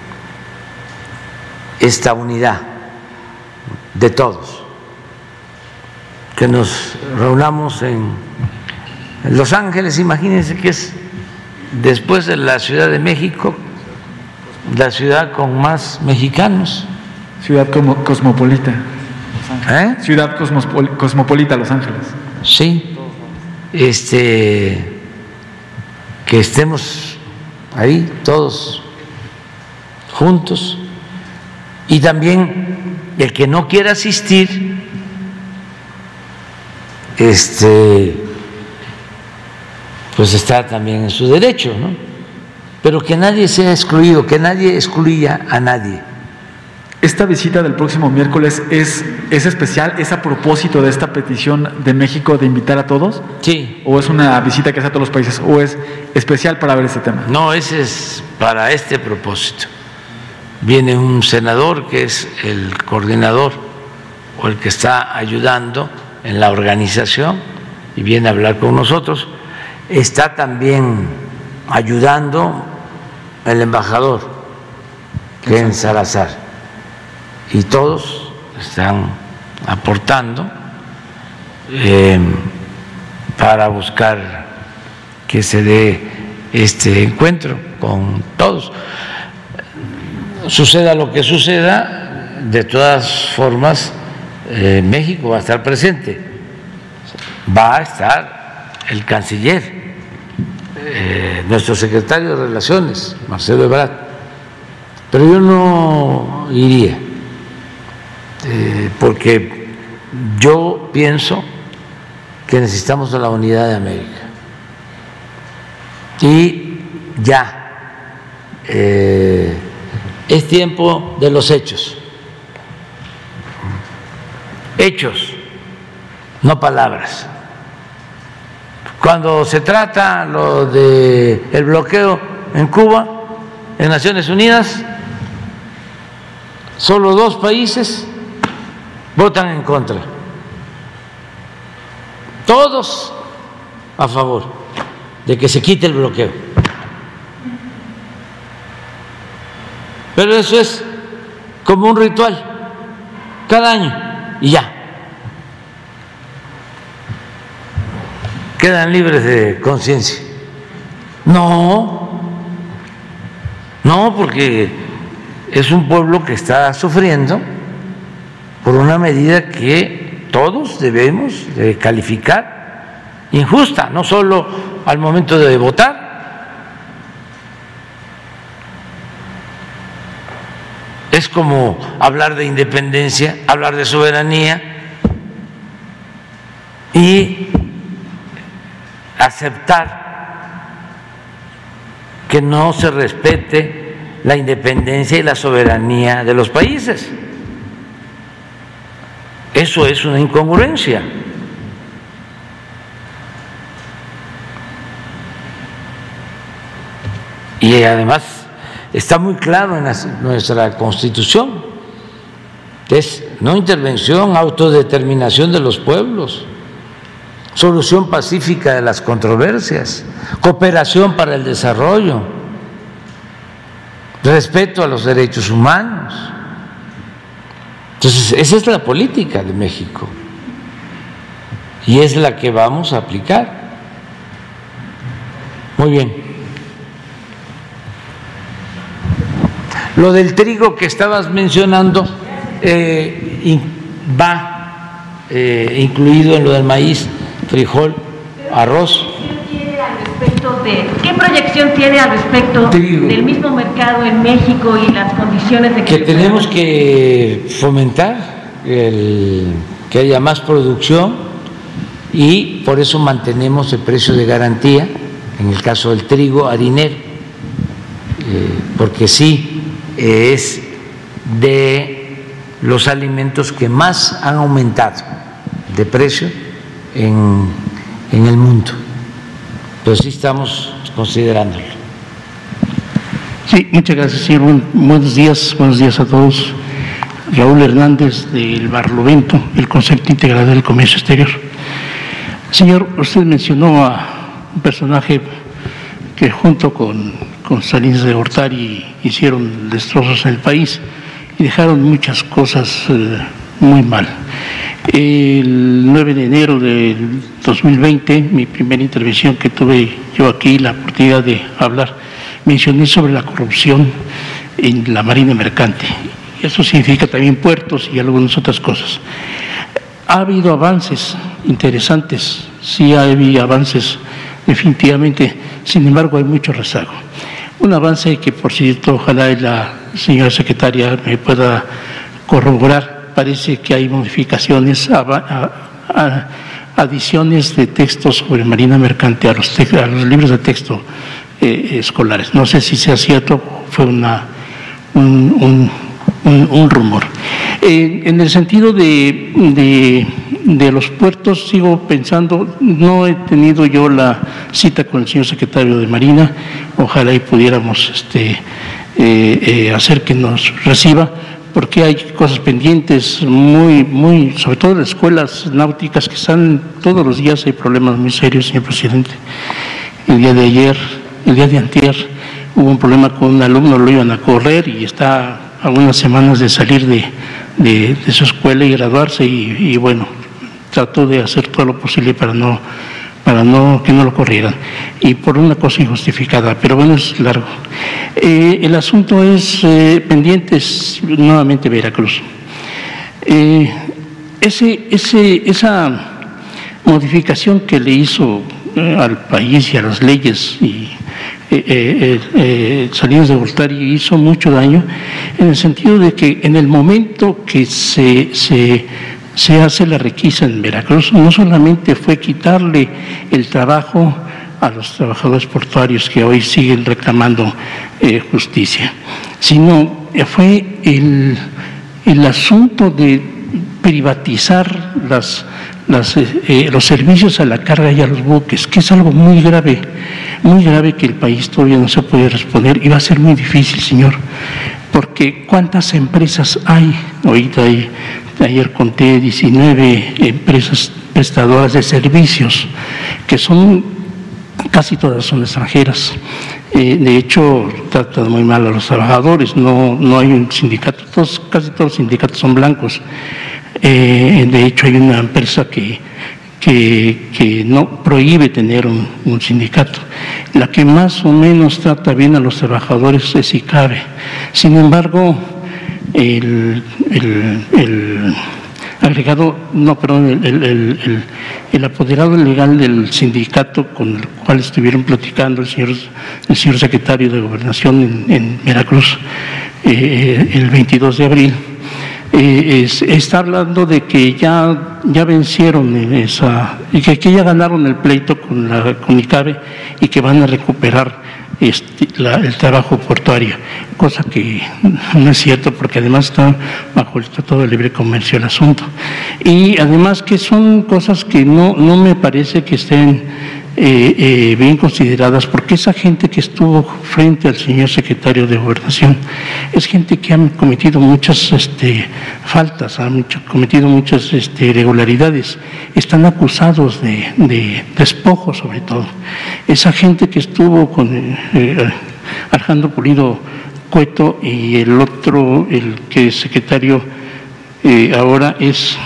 esta unidad de todos, que nos reunamos en, en Los Ángeles. Imagínense que es, después de la Ciudad de México, la ciudad con más mexicanos. Ciudad como, cosmopolita. ¿Eh? Ciudad cosmopol, cosmopolita, Los Ángeles. Sí, este, que estemos ahí todos juntos, y también el que no quiera asistir, este, pues está también en su derecho, ¿no? Pero que nadie sea excluido, que nadie excluya a nadie. ¿Esta visita del próximo miércoles es, es especial? ¿Es a propósito de esta petición de México de invitar a todos? Sí. ¿O es una visita que hace a todos los países? ¿O es especial para ver este tema? No, ese es para este propósito. Viene un senador que es el coordinador o el que está ayudando en la organización y viene a hablar con nosotros. Está también ayudando el embajador Ken Salazar, y todos están aportando eh, para buscar que se dé este encuentro con todos. Suceda lo que suceda, de todas formas eh, México va a estar presente, va a estar el canciller, Eh, nuestro secretario de Relaciones, Marcelo Ebrard, pero yo no iría, eh, porque yo pienso que necesitamos la unidad de América. Y ya eh, es tiempo de los hechos. Hechos, no palabras. Cuando se trata lo de el bloqueo en Cuba, en Naciones Unidas, solo dos países votan en contra. Todos a favor de que se quite el bloqueo. Pero eso es como un ritual, cada año, y ya. Quedan libres de conciencia. No, no, porque es un pueblo que está sufriendo por una medida que todos debemos de calificar injusta, no solo al momento de votar. Es como hablar de independencia, hablar de soberanía y aceptar que no se respete la independencia y la soberanía de los países. Eso es una incongruencia. Y además está muy claro en nuestra Constitución, que es no intervención, autodeterminación de los pueblos, solución pacífica de las controversias, cooperación para el desarrollo, respeto a los derechos humanos. Entonces, esa es la política de México y es la que vamos a aplicar. Muy bien. Lo del trigo que estabas mencionando eh, va eh, incluido en lo del maíz, frijol, arroz. ¿Qué proyección tiene al respecto Trigo. del mismo mercado en México y las condiciones de que, que tenemos que fomentar el, que haya más producción y por eso mantenemos el precio de garantía en el caso del trigo harinero, eh, porque sí eh, es de los alimentos que más han aumentado de precio en, en el mundo. Pero sí estamos considerándolo. Sí, muchas gracias, señor. Buen, buenos días, buenos días a todos. Raúl Hernández del Barlovento, el Concepto Integral del Comercio Exterior. Señor, usted mencionó a un personaje que junto con, con Salinas de Gortari hicieron destrozos en el país y dejaron muchas cosas eh, muy mal. El nueve de enero del dos mil veinte, mi primera intervención que tuve yo aquí, la oportunidad de hablar, mencioné sobre la corrupción en la Marina Mercante. Eso significa también puertos y algunas otras cosas. Ha habido avances interesantes, sí ha habido avances definitivamente, sin embargo hay mucho rezago. Un avance que, por cierto, ojalá la señora secretaria me pueda corroborar. Parece que hay modificaciones, a, a, a, adiciones de textos sobre Marina Mercante a los, a los libros de texto eh, escolares. No sé si sea cierto, fue una, un, un, un, un rumor. Eh, en el sentido de, de, de los puertos, sigo pensando, no he tenido yo la cita con el señor secretario de Marina, ojalá y pudiéramos este, eh, eh, hacer que nos reciba, porque hay cosas pendientes muy, muy, sobre todo en las escuelas náuticas que están todos los días, hay problemas muy serios, señor presidente. El día de ayer, el día de antier, hubo un problema con un alumno, lo iban a correr y está a unas semanas de salir de, de, de su escuela y graduarse y, y bueno, trató de hacer todo lo posible para no, para no que no lo corrieran, y por una cosa injustificada, pero bueno, es largo. Eh, el asunto es eh, pendientes, nuevamente Veracruz. Eh, ese, ese, esa modificación que le hizo eh, al país y a las leyes y eh, eh, eh, Salinas de Gortari hizo mucho daño en el sentido de que en el momento que se, se se hace la requisa en Veracruz, no solamente fue quitarle el trabajo a los trabajadores portuarios que hoy siguen reclamando eh, justicia, sino fue el, el asunto de privatizar las, las, eh, los servicios a la carga y a los buques, que es algo muy grave, muy grave que el país todavía no se puede responder y va a ser muy difícil, señor, porque ¿cuántas empresas hay? Ahorita hay, ayer conté diecinueve empresas prestadoras de servicios, que son casi todas son extranjeras. Eh, de hecho, tratan muy mal a los trabajadores, no, no hay un sindicato, todos, casi todos los sindicatos son blancos. Eh, de hecho, hay una empresa que, que, que no prohíbe tener un, un sindicato. La que más o menos trata bien a los trabajadores es ICABE. Sin embargo, el, el, el agregado, no, perdón, el, el, el, el apoderado legal del sindicato con el cual estuvieron platicando el señor, el señor secretario de Gobernación en, en Veracruz eh, el veintidós de abril, eh, es, está hablando de que ya, ya vencieron esa, y que, que ya ganaron el pleito con, la, con ICABE y que van a recuperar Este, la, el trabajo portuario, cosa que no es cierto porque además está bajo el Tratado de Libre Comercio el asunto. Y además que son cosas que no, no me parece que estén eh, eh, bien consideradas, porque esa gente que estuvo frente al señor secretario de Gobernación es gente que ha cometido muchas este, faltas, ha mucho, cometido muchas este, irregularidades, están acusados de, de despojo sobre todo. Esa gente que estuvo con eh, Alejandro Pulido Cueto y el otro, el que es secretario eh, ahora es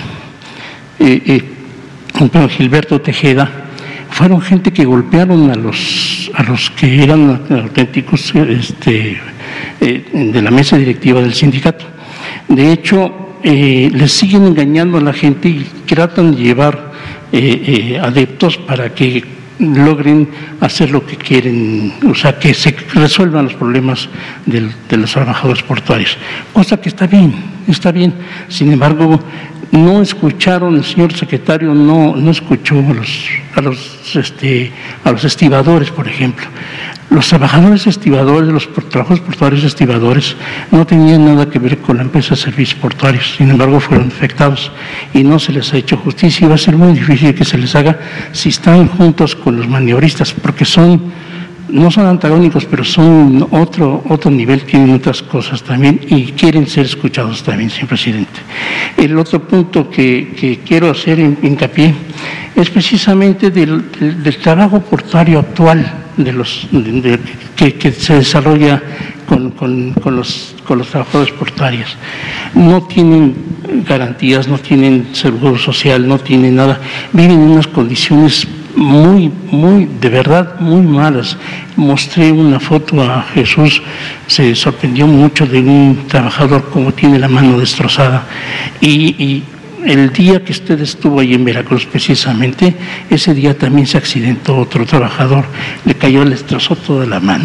eh, eh, Gilberto Tejeda, fueron gente que golpearon a los, a los que eran auténticos este, eh, de la mesa directiva del sindicato. De hecho, eh, les siguen engañando a la gente y tratan de llevar eh, eh, adeptos para que logren hacer lo que quieren, o sea, que se resuelvan los problemas del, de los trabajadores portuarios, cosa que está bien, está bien. Sin embargo, no escucharon, el señor secretario no, no escuchó a los, a los, este, a los estibadores, por ejemplo. Los trabajadores estibadores, los trabajadores portuarios estibadores, no tenían nada que ver con la empresa de servicios portuarios, sin embargo fueron afectados y no se les ha hecho justicia y va a ser muy difícil que se les haga si están juntos con los maniobristas, porque son, no son antagónicos, pero son otro, otro nivel, tienen otras cosas también y quieren ser escuchados también, señor presidente. El otro punto que, que quiero hacer hincapié es precisamente del, del, del trabajo portuario actual, de los de, de, que, que se desarrolla con, con, con, los, con los trabajadores portuarios. No tienen garantías, no tienen seguro social, no tienen nada, viven en unas condiciones muy, muy, de verdad, muy malas. Mostré una foto a Jesús, se sorprendió mucho de un trabajador como tiene la mano destrozada y, y el día que usted estuvo ahí en Veracruz precisamente, ese día también se accidentó otro trabajador, le cayó, le destrozó toda la mano.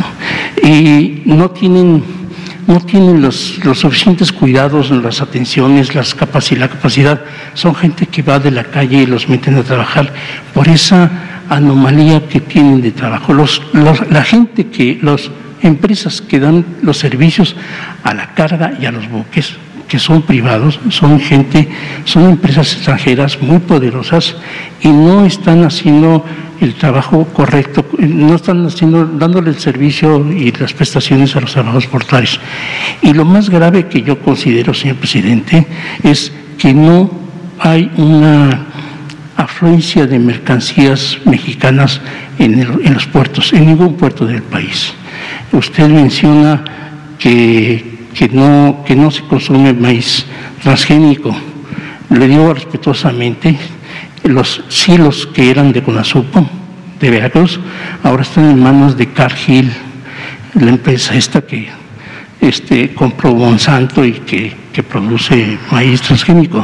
Y no tienen, no tienen los, los suficientes cuidados, las atenciones, las capacidad, la capacidad. Son gente que va de la calle y los meten a trabajar por esa anomalía que tienen de trabajo. Los, los, la gente que, las empresas que dan los servicios a la carga y a los buques, que son privados, son gente, son empresas extranjeras muy poderosas y no están haciendo el trabajo correcto, no están haciendo, dándole el servicio y las prestaciones a los trabajadores portuarios. Y lo más grave que yo considero, señor presidente, es que no hay una afluencia de mercancías mexicanas en, el, en los puertos, en ningún puerto del país. Usted menciona que Que no, que no se consume maíz transgénico. Le digo respetuosamente, los silos que eran de Conasupo, de Veracruz, ahora están en manos de Cargill, la empresa esta que este, compró Monsanto y que, que produce maíz transgénico.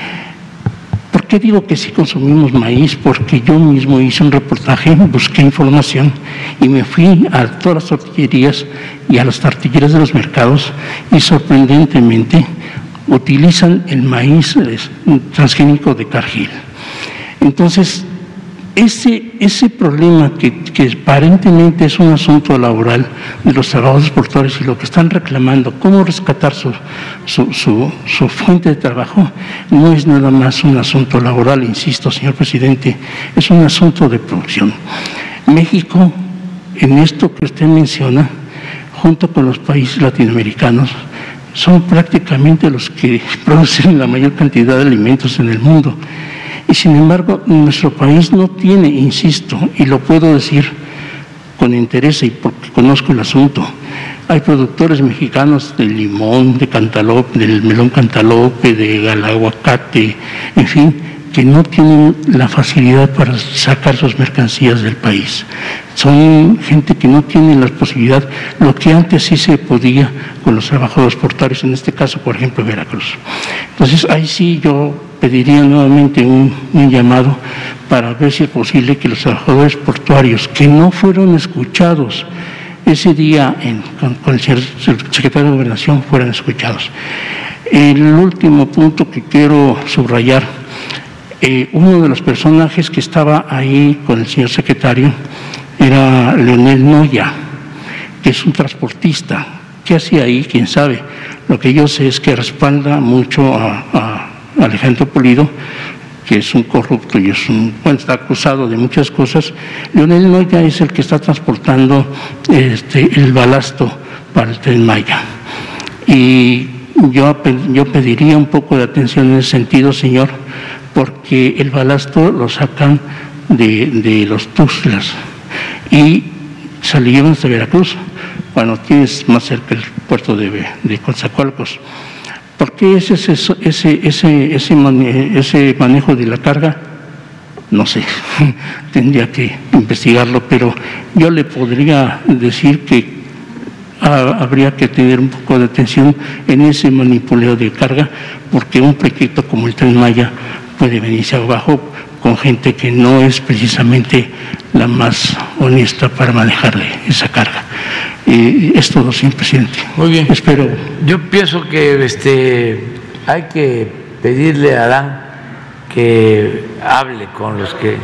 ¿Por qué digo que sí consumimos maíz? Porque yo mismo hice un reportaje, busqué información y me fui a todas las tortillerías y a las tortillerías de los mercados y sorprendentemente utilizan el maíz transgénico de Cargill. Entonces, ese, ese problema que, que aparentemente es un asunto laboral de los trabajadores portuarios y lo que están reclamando, cómo rescatar su, su, su, su fuente de trabajo, no es nada más un asunto laboral, insisto, señor presidente, es un asunto de producción. México, en esto que usted menciona, junto con los países latinoamericanos, son prácticamente los que producen la mayor cantidad de alimentos en el mundo. Y sin embargo, nuestro país no tiene, insisto, y lo puedo decir con interés y porque conozco el asunto, hay productores mexicanos de limón, de cantaloupe, del melón cantalope, de aguacate, en fin, que no tienen la facilidad para sacar sus mercancías del país. Son gente que no tiene la posibilidad, lo que antes sí se podía con los trabajadores portuarios, en este caso, por ejemplo, Veracruz. Entonces, ahí sí yo pediría nuevamente un, un llamado para ver si es posible que los trabajadores portuarios que no fueron escuchados ese día en, con, con el secretario de Gobernación fueran escuchados. El último punto que quiero subrayar, eh, uno de los personajes que estaba ahí con el señor secretario era Leonel Noya, que es un transportista. ¿Qué hacía ahí? ¿Quién sabe? Lo que yo sé es que respalda mucho a, a Alejandro Pulido, que es un corrupto y es un, bueno, está acusado de muchas cosas. Leonel Noya es el que está transportando este, el balasto para el Tren Maya. Y yo, yo pediría un poco de atención en ese sentido, señor, porque el balasto lo sacan de, de los Tuxtlas y se lo llevan hasta Veracruz. Bueno, tienes más cerca el puerto de, de Coatzacoalcos. ¿Por qué ese, ese, ese, ese, ese, mane, ese manejo de la carga? No sé, tendría que investigarlo, pero yo le podría decir que ah, habría que tener un poco de atención en ese manipuleo de carga, porque un proyecto como el Tren Maya puede venirse abajo con gente que no es precisamente la más honesta para manejar esa carga. Eh, es todo, señor presidente. Muy bien. Espero. Yo pienso que este, hay que pedirle a Adán que hable con los que.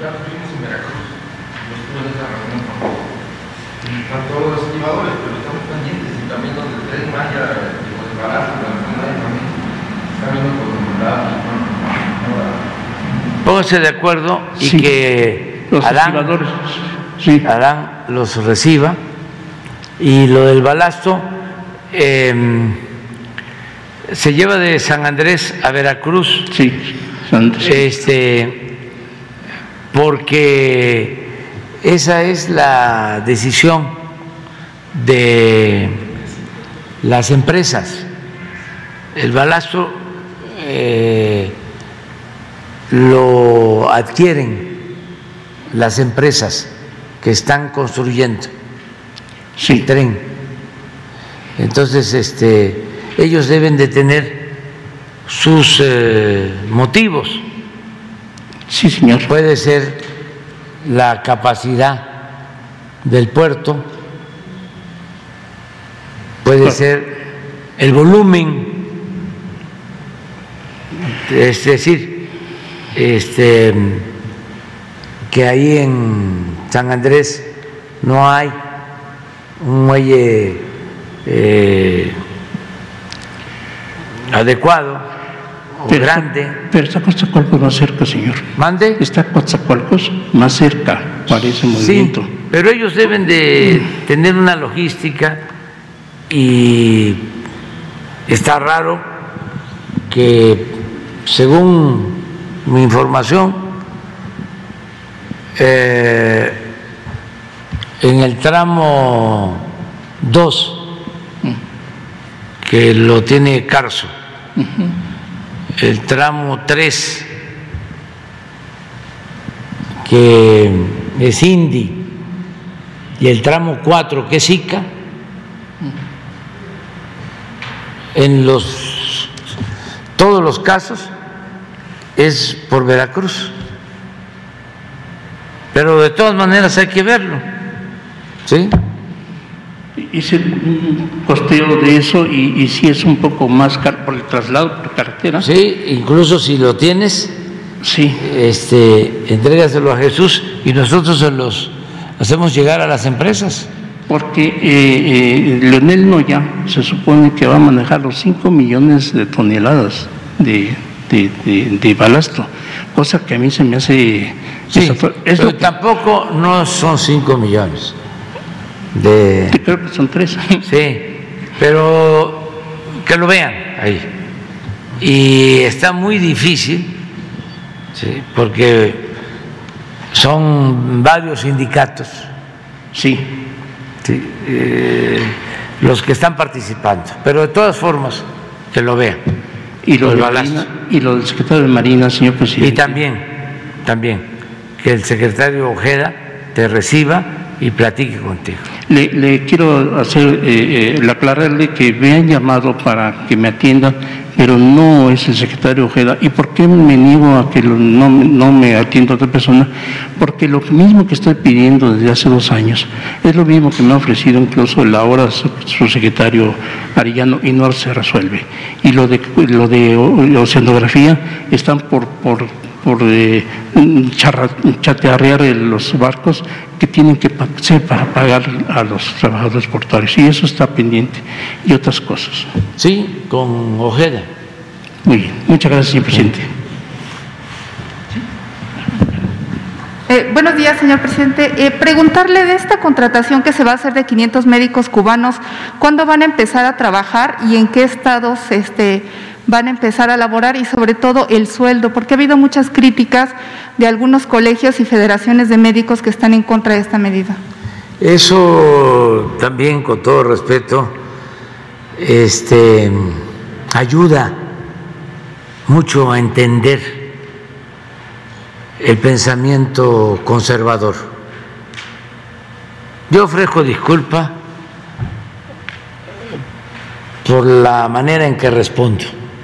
Pónganse de acuerdo y sí, que los Adán, sí. Adán los reciba. Y lo del balasto eh, se lleva de San Andrés a Veracruz. Sí, San Andrés. Este, porque esa es la decisión de las empresas. El balasto eh, lo adquieren las empresas que están construyendo sí. el tren. Entonces, este, ellos deben de tener sus eh, motivos. Sí, señor. Puede ser la capacidad del puerto, puede claro. ser el volumen, es decir, este, que ahí en San Andrés no hay un muelle eh, adecuado o pero, grande. Pero está Coatzacoalcos más cerca, señor. ¿Mande? Está Coatzacoalcos más cerca para ese movimiento. Sí, pero ellos deben de tener una logística y está raro que, según mi información, eh, en el tramo dos, que lo tiene Carso, uh-huh. el tramo tres, que es Indy, y el tramo cuatro, que es Ica, en los todos los casos es por Veracruz, pero de todas maneras hay que verlo, ¿sí? hice un costeo de eso y, y sí es un poco más caro por el traslado por carretera. Sí, incluso si lo tienes, sí, este, entrégaselo a Jesús y nosotros se los hacemos llegar a las empresas. Porque eh, eh, Leonel Noya se supone que va a manejar los cinco millones de toneladas de, de, de, de balasto, cosa que a mí se me hace... Sí, es pero lo que, tampoco no son cinco millones. De, sí, creo que son tres. Sí, pero que lo vean ahí. Y está muy difícil, ¿sí? Porque son varios sindicatos. Sí. Sí, eh, los que están participando, pero de todas formas que lo vean. Y lo, de Marina, y lo del secretario de Marina, señor presidente. Y también, también, que el secretario Ojeda te reciba y platique contigo. Le, le quiero hacer, eh, eh, aclararle que me han llamado para que me atiendan, pero no es el secretario Ojeda. ¿Y por qué me niego a que lo, no, no me atienda otra persona? Porque lo mismo que estoy pidiendo desde hace dos años es lo mismo que me ha ofrecido incluso el ahora su secretario Arellano y no se resuelve. Y lo de, lo de oceanografía están por... por por eh, charra, chatearrear los barcos que tienen que ser para pagar a los trabajadores portuarios, y eso está pendiente, y otras cosas. Sí, con Ojeda. Muy bien, muchas gracias, señor presidente. Eh, buenos días, señor presidente. Eh, preguntarle de esta contratación que se va a hacer de quinientos médicos cubanos, ¿cuándo van a empezar a trabajar y en qué estados este, van a empezar a laborar, y sobre todo el sueldo? Porque ha habido muchas críticas de algunos colegios y federaciones de médicos que están en contra de esta medida. Eso también, con todo respeto, este, ayuda mucho a entender el pensamiento conservador. Yo ofrezco disculpa por la manera en que respondo,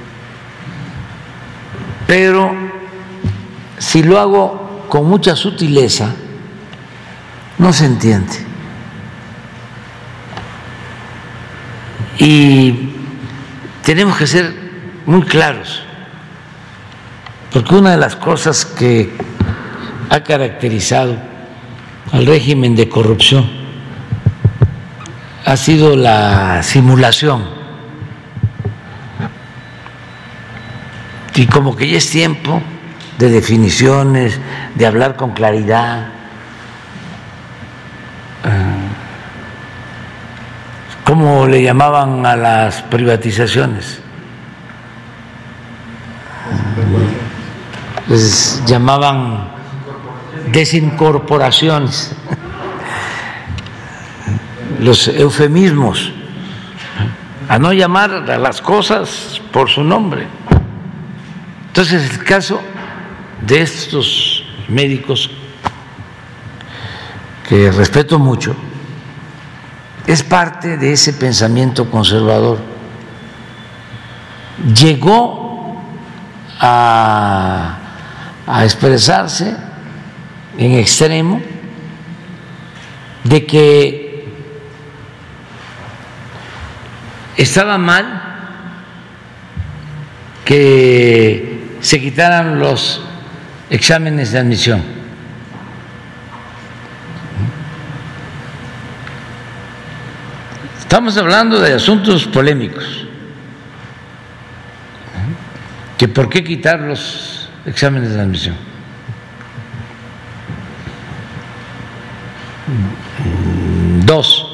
pero si lo hago con mucha sutileza, no se entiende. Y tenemos que ser muy claros, porque una de las cosas que ha caracterizado al régimen de corrupción ha sido la simulación. Y como que ya es tiempo de definiciones, de hablar con claridad. ¿Cómo le llamaban a las privatizaciones? Les llamaban desincorporaciones, los eufemismos, a no llamar a las cosas por su nombre. Entonces, el caso de estos médicos, que respeto mucho, es parte de ese pensamiento conservador. Llegó a, a expresarse en extremo de que estaba mal que se quitaran los exámenes de admisión. Estamos hablando de asuntos polémicos. ¿Que por qué quitar los exámenes de admisión? Dos,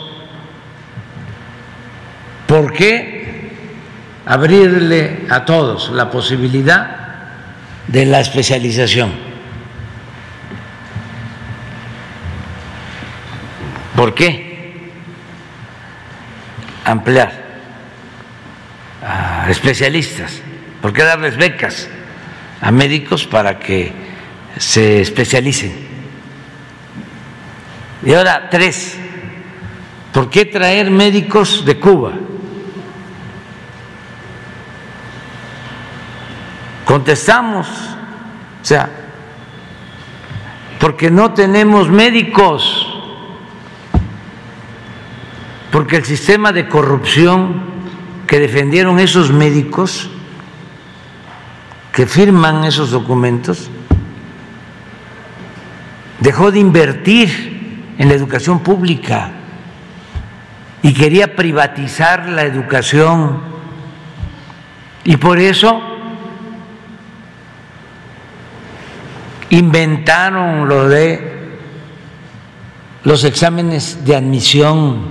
¿por qué abrirle a todos la posibilidad de la especialización? ¿Por qué ampliar a especialistas? ¿Por qué darles becas a médicos para que se especialicen? Y ahora, tres, ¿por qué traer médicos de Cuba? Contestamos, o sea, porque no tenemos médicos, porque porque el sistema de corrupción que defendieron esos médicos que firman esos documentos dejó de invertir en la educación pública y quería privatizar la educación, y por eso inventaron lo de los exámenes de admisión.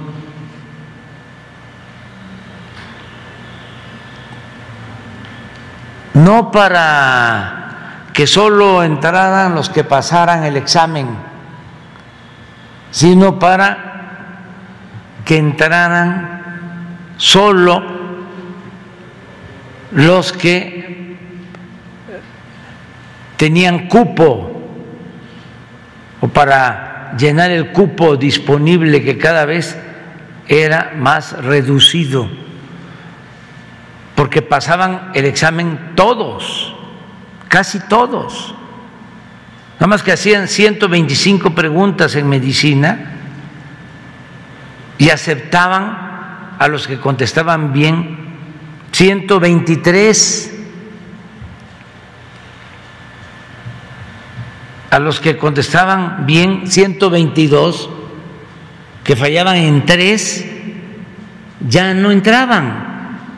No para que solo entraran los que pasaran el examen, sino para que entraran solo los que tenían cupo, o para llenar el cupo disponible, que cada vez era más reducido, porque pasaban el examen todos, casi todos, nada más que hacían ciento veinticinco preguntas en medicina y aceptaban a los que contestaban bien ciento veintitrés, a los que contestaban bien ciento veintidós, que fallaban en tres, ya no entraban.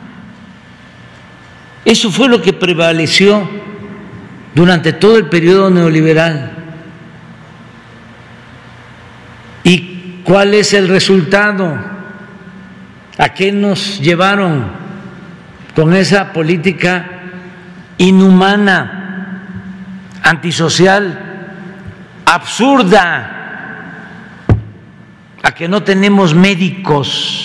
Eso fue lo que prevaleció durante todo el periodo neoliberal. ¿Y cuál es el resultado? ¿A qué nos llevaron con esa política inhumana, antisocial, absurda? A que no tenemos médicos.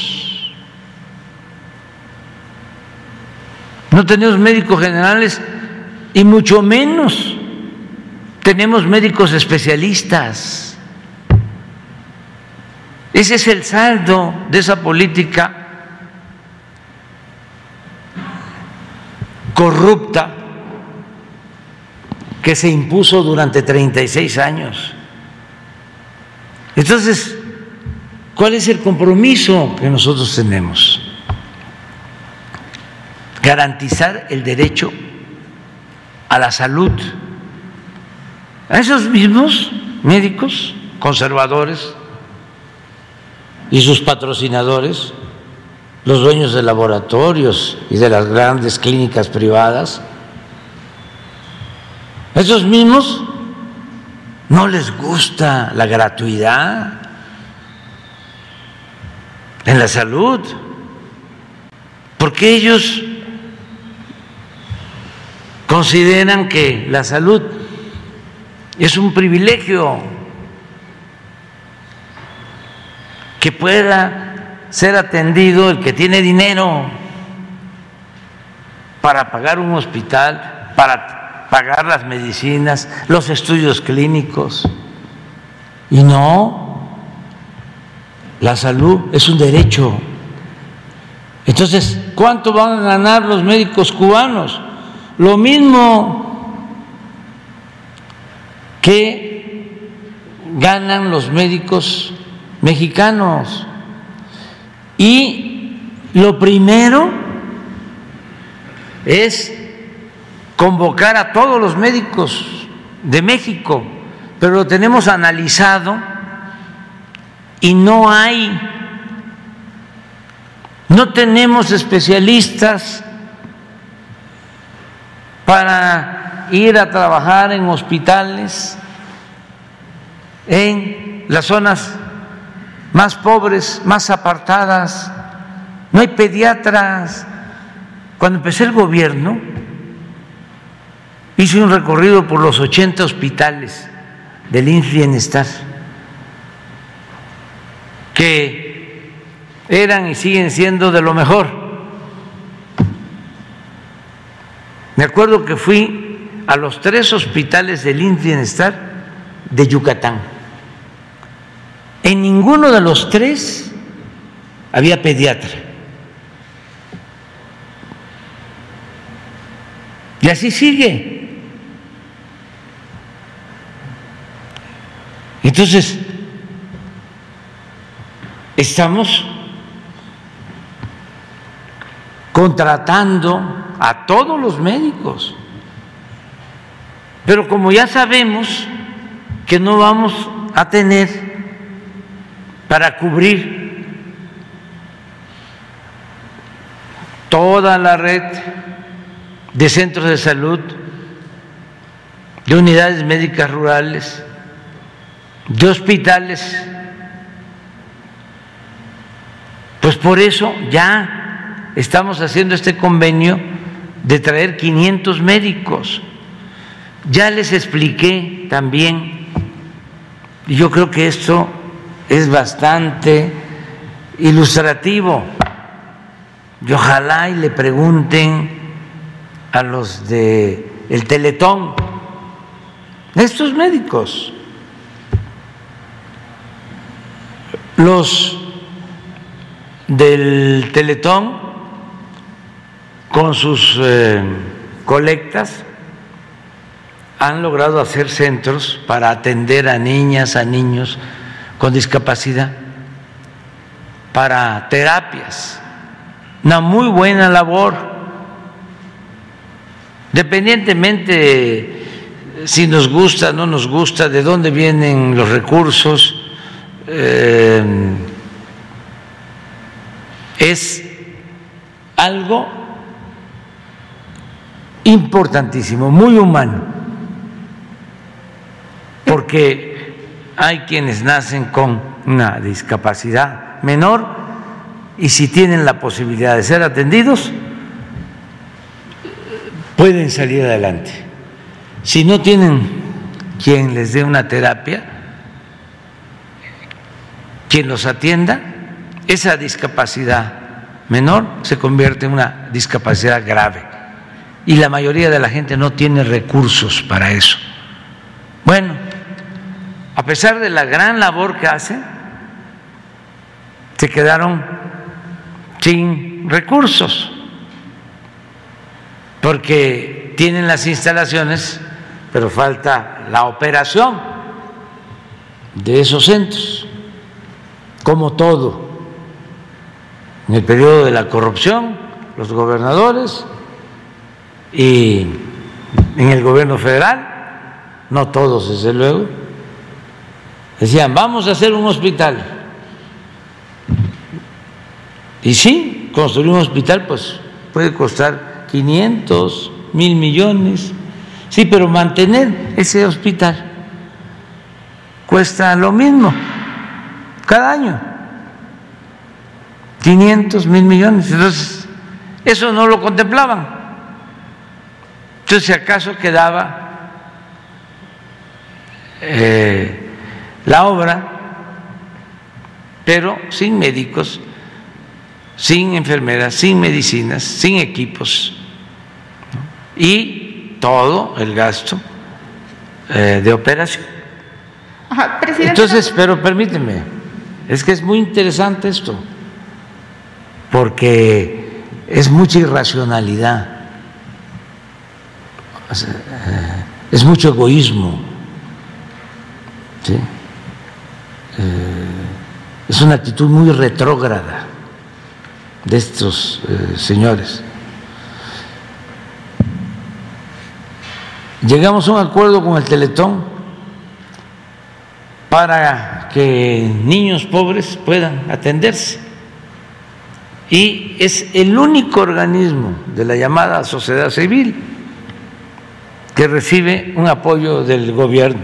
No tenemos médicos generales y mucho menos tenemos médicos especialistas. Ese es el saldo de esa política corrupta que se impuso durante treinta y seis años. Entonces, ¿cuál es el compromiso que nosotros tenemos? Garantizar el derecho a la salud a esos mismos médicos conservadores y sus patrocinadores, los dueños de laboratorios y de las grandes clínicas privadas. A esos mismos no les gusta la gratuidad en la salud, porque ellos consideran que la salud es un privilegio, que pueda ser atendido el que tiene dinero para pagar un hospital, para pagar las medicinas, los estudios clínicos. Y no, la salud es un derecho. Entonces, ¿cuánto van a ganar los médicos cubanos? Lo mismo que ganan los médicos mexicanos. Y lo primero es convocar a todos los médicos de México, pero lo tenemos analizado y no hay, no tenemos especialistas para ir a trabajar en hospitales en las zonas más pobres, más apartadas. No hay pediatras. Cuando empecé el gobierno, hice un recorrido por los ochenta hospitales del I M S S Bienestar, que eran y siguen siendo de lo mejor. Me acuerdo que fui a los tres hospitales del I M S S Bienestar de Yucatán. En ninguno de los tres había pediatra. Y así sigue. Entonces, estamos contratando a todos los médicos. Pero como ya sabemos que no vamos a tener para cubrir toda la red de centros de salud, de unidades médicas rurales, de hospitales, pues por eso ya estamos haciendo este convenio de traer quinientos médicos. Ya les expliqué también, y yo creo que esto es bastante ilustrativo, y ojalá y le pregunten a los de el Teletón, estos médicos, los del Teletón con sus eh, colectas han logrado hacer centros para atender a niñas, a niños con discapacidad, para terapias, una muy buena labor, dependientemente si nos gusta, no nos gusta, de dónde vienen los recursos, eh, es algo importantísimo, muy humano, porque hay quienes nacen con una discapacidad menor y si tienen la posibilidad de ser atendidos, pueden salir adelante. Si no tienen quien les dé una terapia, quien los atienda, esa discapacidad menor se convierte en una discapacidad grave y la mayoría de la gente no tiene recursos para eso. Bueno, a pesar de la gran labor que hacen, se quedaron sin recursos porque tienen las instalaciones, pero falta la operación de esos centros, como todo. En el periodo de la corrupción, los gobernadores y en el gobierno federal, no todos desde luego, decían vamos a hacer un hospital. Y sí, construir un hospital pues puede costar quinientos, mil millones, sí, pero mantener ese hospital cuesta lo mismo cada año. quinientos mil millones, entonces eso no lo contemplaban. Entonces, si acaso quedaba eh, la obra, pero sin médicos, sin enfermeras, sin medicinas, sin equipos, ¿no? Y todo el gasto eh, de operación. Ajá, presidente. Entonces, pero permíteme, es que es muy interesante esto, porque es mucha irracionalidad, o sea, eh, es mucho egoísmo, ¿sí? Eh, es una actitud muy retrógrada de estos eh, señores. Llegamos a un acuerdo con el Teletón para que niños pobres puedan atenderse. Y es el único organismo de la llamada sociedad civil que recibe un apoyo del gobierno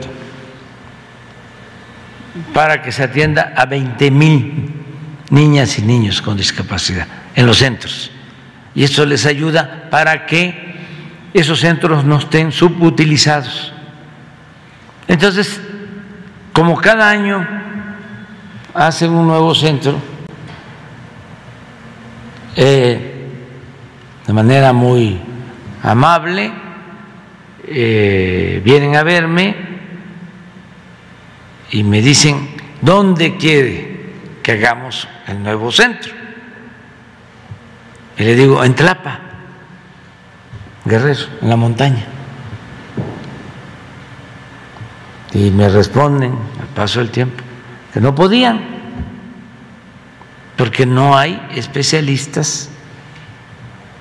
para que se atienda a veinte mil niñas y niños con discapacidad en los centros. Y esto les ayuda para que esos centros no estén subutilizados. Entonces, como cada año hacen un nuevo centro, Eh, de manera muy amable, eh, vienen a verme y me dicen dónde quiere que hagamos el nuevo centro. Y le digo, en Tlapa, Guerrero, en la montaña. Y me responden al paso del tiempo que no podían, porque no hay especialistas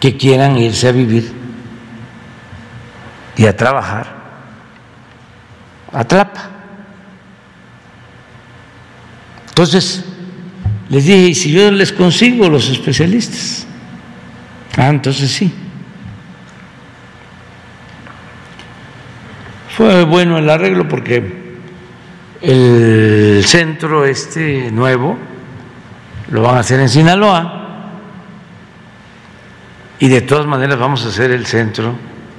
que quieran irse a vivir y a trabajar a Tlapa. Entonces, les dije, ¿y si yo les consigo los especialistas? Ah, entonces sí. Fue bueno el arreglo porque el centro este nuevo lo van a hacer en Sinaloa y de todas maneras vamos a hacer el centro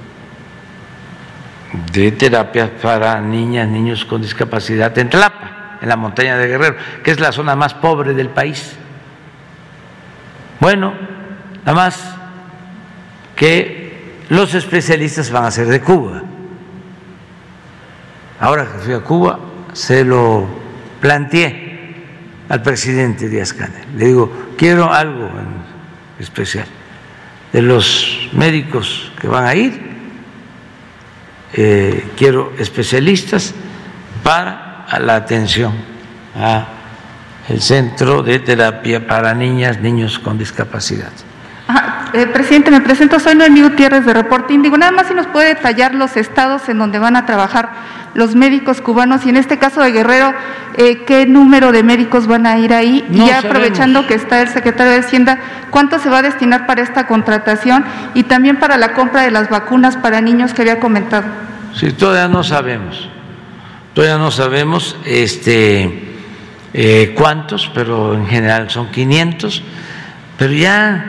de terapia para niñas, niños con discapacidad en Tlapa, en la montaña de Guerrero, que es la zona más pobre del país. Bueno, nada más que los especialistas van a ser de Cuba. Ahora que fui a Cuba, se lo planteé al presidente Díaz-Canel. Le digo, quiero algo en especial de los médicos que van a ir, eh, quiero especialistas para la atención a el centro de terapia para niñas, niños con discapacidad. Ajá. Eh, presidente, me presento, soy Noemí Gutiérrez de Reporte Índigo. Nada más si nos puede detallar los estados en donde van a trabajar los médicos cubanos y en este caso de Guerrero, eh, ¿qué número de médicos van a ir ahí? No y ya sabemos. Aprovechando que está el secretario de Hacienda, ¿cuánto se va a destinar para esta contratación y también para la compra de las vacunas para niños que había comentado? Sí, todavía no sabemos, todavía no sabemos este, eh, cuántos, pero en general son quinientos, pero ya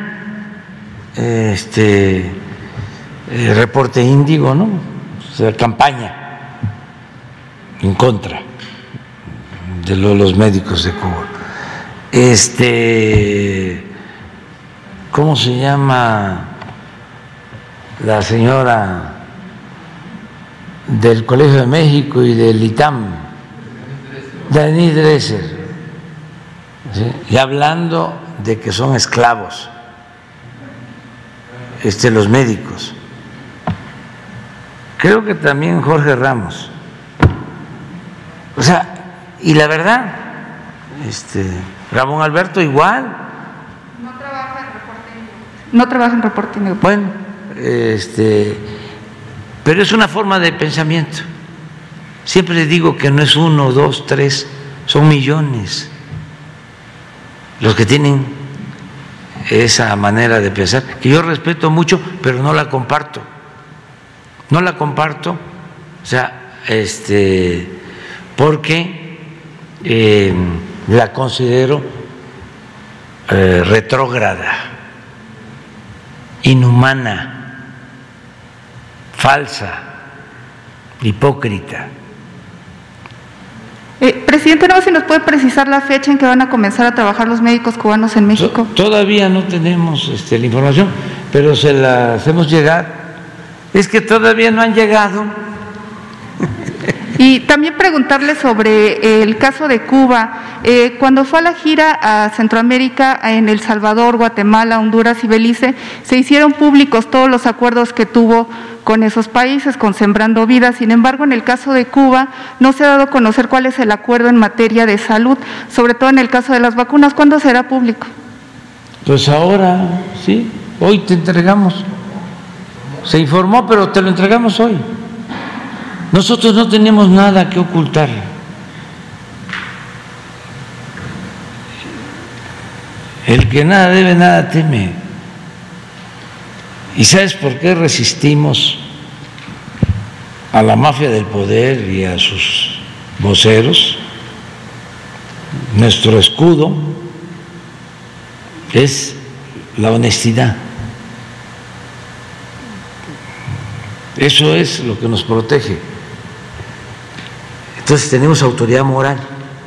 este eh, Reporte Índigo, ¿no? O sea, campaña en contra de los médicos de Cuba. Este, ¿cómo se llama la señora del Colegio de México y del ITAM? Denise Dresser, ¿sí? Y hablando de que son esclavos este, los médicos. Creo que también Jorge Ramos. O sea, y la verdad, este, Ramón Alberto igual. No trabaja en Reporte Índigo. No trabaja en Reporte Índigo. Bueno, este, pero es una forma de pensamiento. Siempre les digo que no es uno, dos, tres, son millones los que tienen esa manera de pensar, que yo respeto mucho, pero no la comparto. No la comparto, o sea, este, porque eh, la considero eh, retrógrada, inhumana, falsa, hipócrita. Eh, presidente, no sé si nos puede precisar la fecha en que van a comenzar a trabajar los médicos cubanos en México. Todavía no tenemos este, la información, pero se la hacemos llegar. Es que todavía no han llegado. Y también preguntarle sobre el caso de Cuba. Eh, cuando fue a la gira a Centroamérica, en El Salvador, Guatemala, Honduras y Belice, se hicieron públicos todos los acuerdos que tuvo con esos países, con Sembrando Vida. Sin embargo, en el caso de Cuba, no se ha dado a conocer cuál es el acuerdo en materia de salud, sobre todo en el caso de las vacunas. ¿Cuándo será público? Pues ahora, sí, hoy te entregamos. Se informó, pero te lo entregamos hoy. Nosotros no tenemos nada que ocultar. El que nada debe, nada teme. ¿Y sabes por qué resistimos a la mafia del poder y a sus voceros? Nuestro escudo es la honestidad. Eso es lo que nos protege. Entonces tenemos autoridad moral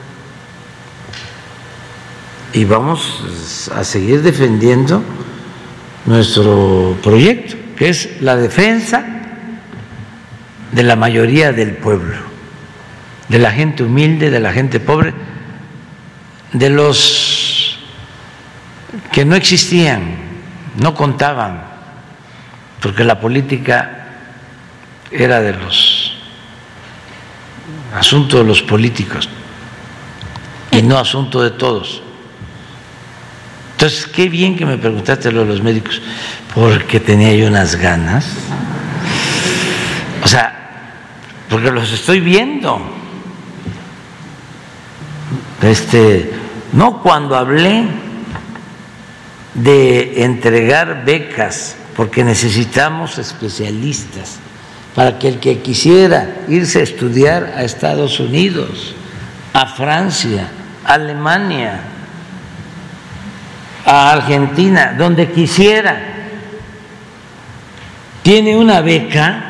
y vamos a seguir defendiendo nuestro proyecto, que es la defensa de la mayoría del pueblo, de la gente humilde, de la gente pobre, de los que no existían, no contaban, porque la política era de los asunto de los políticos y no asunto de todos. Entonces, qué bien que me preguntaste lo de los médicos, porque tenía yo unas ganas, o sea, porque los estoy viendo. Este, no cuando hablé de entregar becas, porque necesitamos especialistas para que el que quisiera irse a estudiar a Estados Unidos, a Francia, a Alemania, a Argentina, donde quisiera, tiene una beca,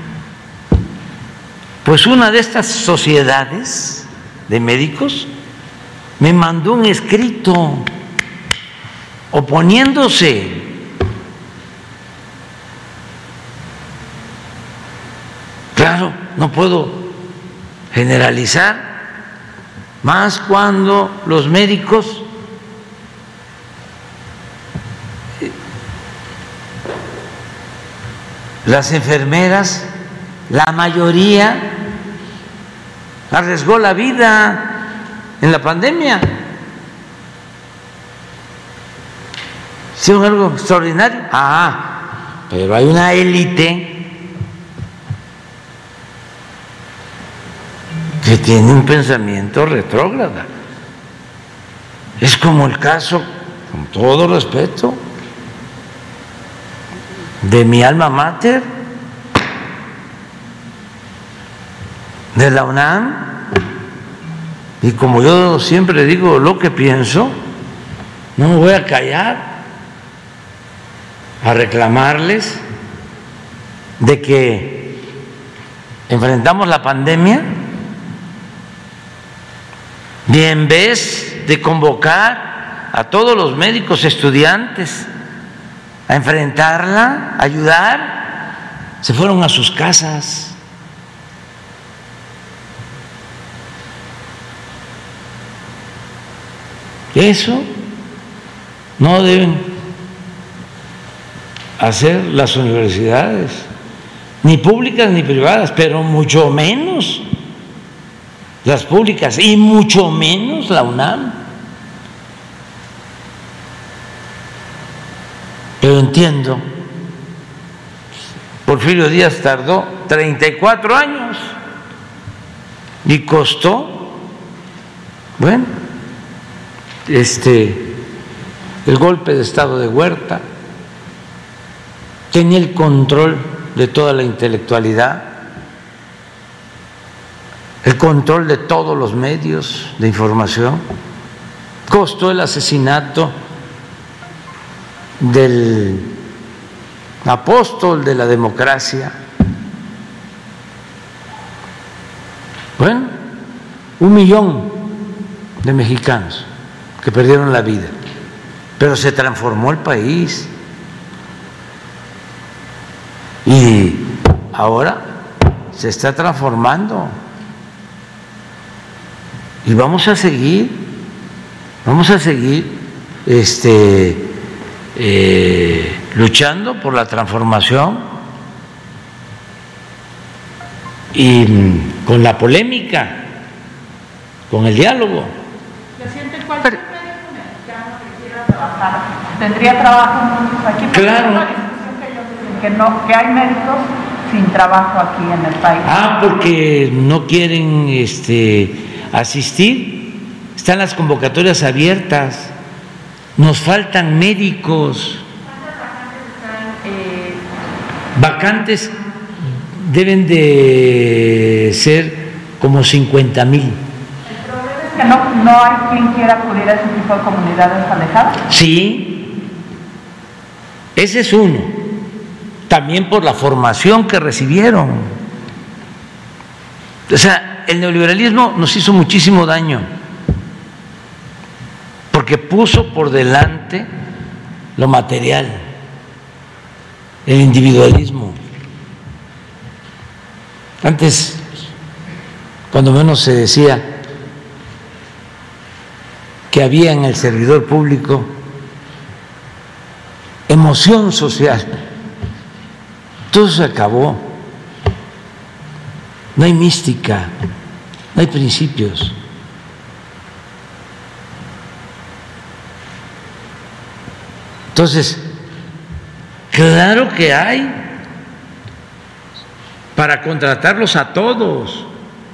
pues una de estas sociedades de médicos me mandó un escrito oponiéndose. Claro, no puedo generalizar, más cuando los médicos las enfermeras, la mayoría arriesgó la vida en la pandemia. ¿Hicieron algo extraordinario? Ah, pero hay una élite que tiene un pensamiento retrógrada. Es como el caso, con todo respeto, de mi alma mater, de la UNAM, y como yo siempre digo lo que pienso, no me voy a callar a reclamarles de que enfrentamos la pandemia y en vez de convocar a todos los médicos estudiantes a enfrentarla, a ayudar, se fueron a sus casas. Eso no deben hacer las universidades, ni públicas ni privadas, pero mucho menos las públicas y mucho menos la UNAM. Pero entiendo, Porfirio Díaz tardó treinta y cuatro años y costó, bueno, este, el golpe de estado de Huerta, tenía el control de toda la intelectualidad, el control de todos los medios de información, costó el asesinato del apóstol de la democracia. Bueno, un millón de mexicanos que perdieron la vida, pero se transformó el país y ahora se está transformando y vamos a seguir, vamos a seguir este Eh, luchando por la transformación y con la polémica, con el diálogo. Presidente, cualquier médico mexicano que quiera trabajar tendría trabajo aquí. Claro. Que, no, que hay médicos sin trabajo aquí en el país. Ah, porque no quieren este, asistir. Están las convocatorias abiertas. Nos faltan médicos. Eh, vacantes deben de ser como cincuenta mil. El problema es que no, no hay quien quiera acudir a ese tipo de comunidades alejadas. Sí, ese es uno. También por la formación que recibieron. O sea, el neoliberalismo nos hizo muchísimo daño, porque puso por delante lo material, el individualismo. Antes, cuando menos se decía que había en el servidor público emoción social, todo se acabó. No hay mística, no hay principios. Entonces, Claro que hay, para contratarlos a todos.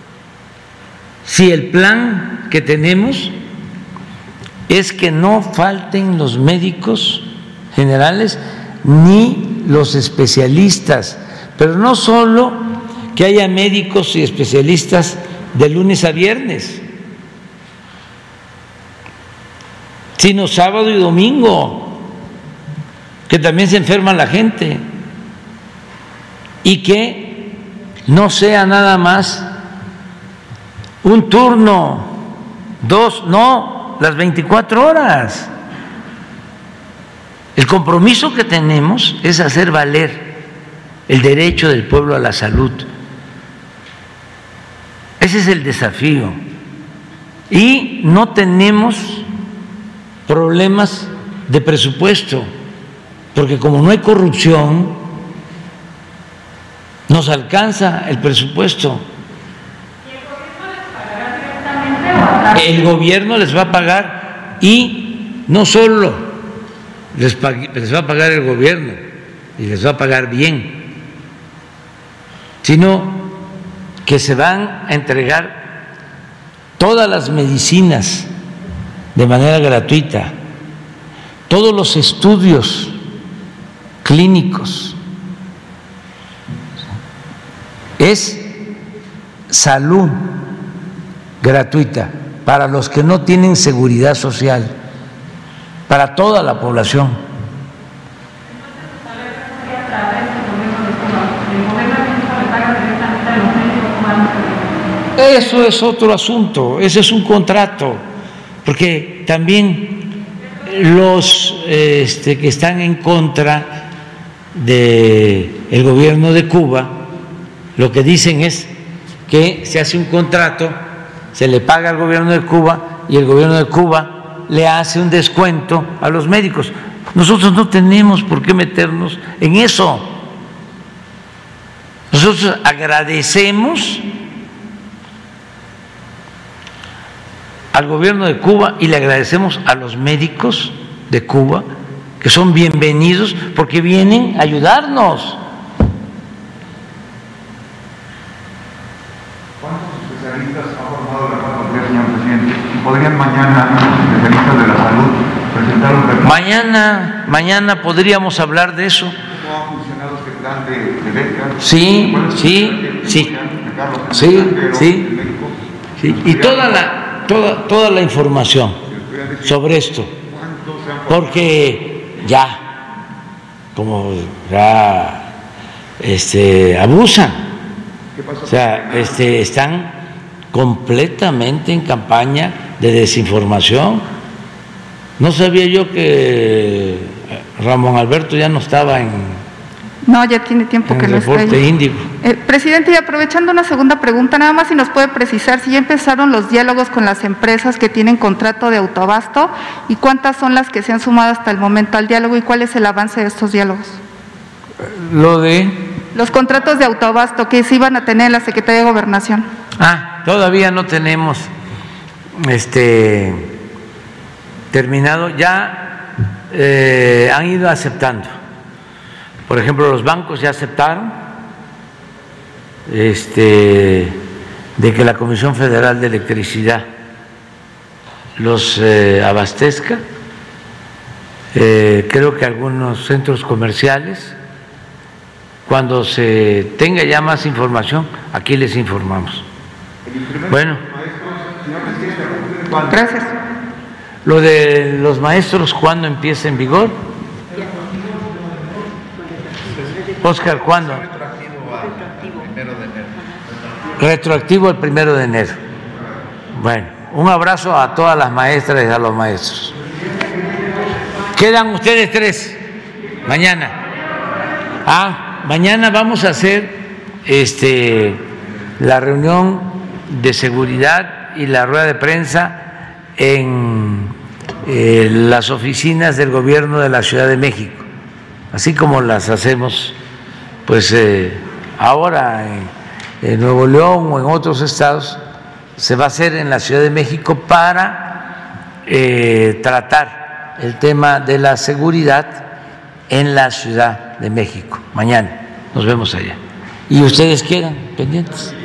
Si el plan que tenemos es que no falten los médicos generales ni los especialistas, pero no solo que haya médicos y especialistas de lunes a viernes, sino sábado y domingo, que también se enferma la gente, y que no sea nada más un turno, dos, no, las veinticuatro horas. El compromiso que tenemos es hacer valer el derecho del pueblo a la salud. Ese es el desafío. Y no tenemos problemas de presupuesto, porque como no hay corrupción, nos alcanza el presupuesto. El gobierno les va a pagar, y no solo les, les va a pagar el gobierno y les va a pagar bien, sino que se van a entregar todas las medicinas de manera gratuita, todos los estudios clínicos. Es salud gratuita para los que no tienen seguridad social, para toda la población. Eso es otro asunto, ese es un contrato, porque también los este, que están en contra del gobierno de Cuba, lo que dicen es que se hace un contrato, se le paga al gobierno de Cuba y el gobierno de Cuba le hace un descuento a los médicos. Nosotros no tenemos por qué meternos en eso. Nosotros agradecemos al gobierno de Cuba y le agradecemos a los médicos de Cuba, que son bienvenidos porque vienen a ayudarnos. ¿Podrían mañana los especialistas de la salud presentar un reporte? Mañana, mañana podríamos hablar de eso. ¿Cómo ha funcionado este plan de, de becas? Sí, sí, sí, sí, sí, sí, y toda la, toda, toda la información sobre esto, porque ya, como ya, este, abusan, o sea, este, están completamente en campaña de desinformación. No sabía yo que Ramón Alberto ya no estaba en, no, ya tiene tiempo en que el no está reporte ahí. Índigo. Eh, presidente, y aprovechando una segunda pregunta, nada más si nos puede precisar si ya empezaron los diálogos con las empresas que tienen contrato de autoabasto y cuántas son las que se han sumado hasta el momento al diálogo y cuál es el avance de estos diálogos. Lo de los contratos de autoabasto que se iban a tener en la Secretaría de Gobernación. Ah, todavía no tenemos este terminado, ya eh, han ido aceptando. Por ejemplo, los bancos ya aceptaron este, de que la Comisión Federal de Electricidad los eh, abastezca. Eh, creo que algunos centros comerciales, cuando se tenga ya más información, aquí les informamos. Bueno, gracias. Lo de los maestros, ¿cuándo empieza en vigor? Oscar, ¿cuándo? Retroactivo al primero de enero. Bueno, un abrazo a todas las maestras y a los maestros. Quedan ustedes tres mañana. Ah, mañana vamos a hacer este la reunión de seguridad y la rueda de prensa en eh, las oficinas del gobierno de la Ciudad de México, así como las hacemos pues eh, ahora en, en Nuevo León o en otros estados, se va a hacer en la Ciudad de México para eh, tratar el tema de la seguridad en la Ciudad de México. Mañana nos vemos allá. Y ustedes quedan pendientes.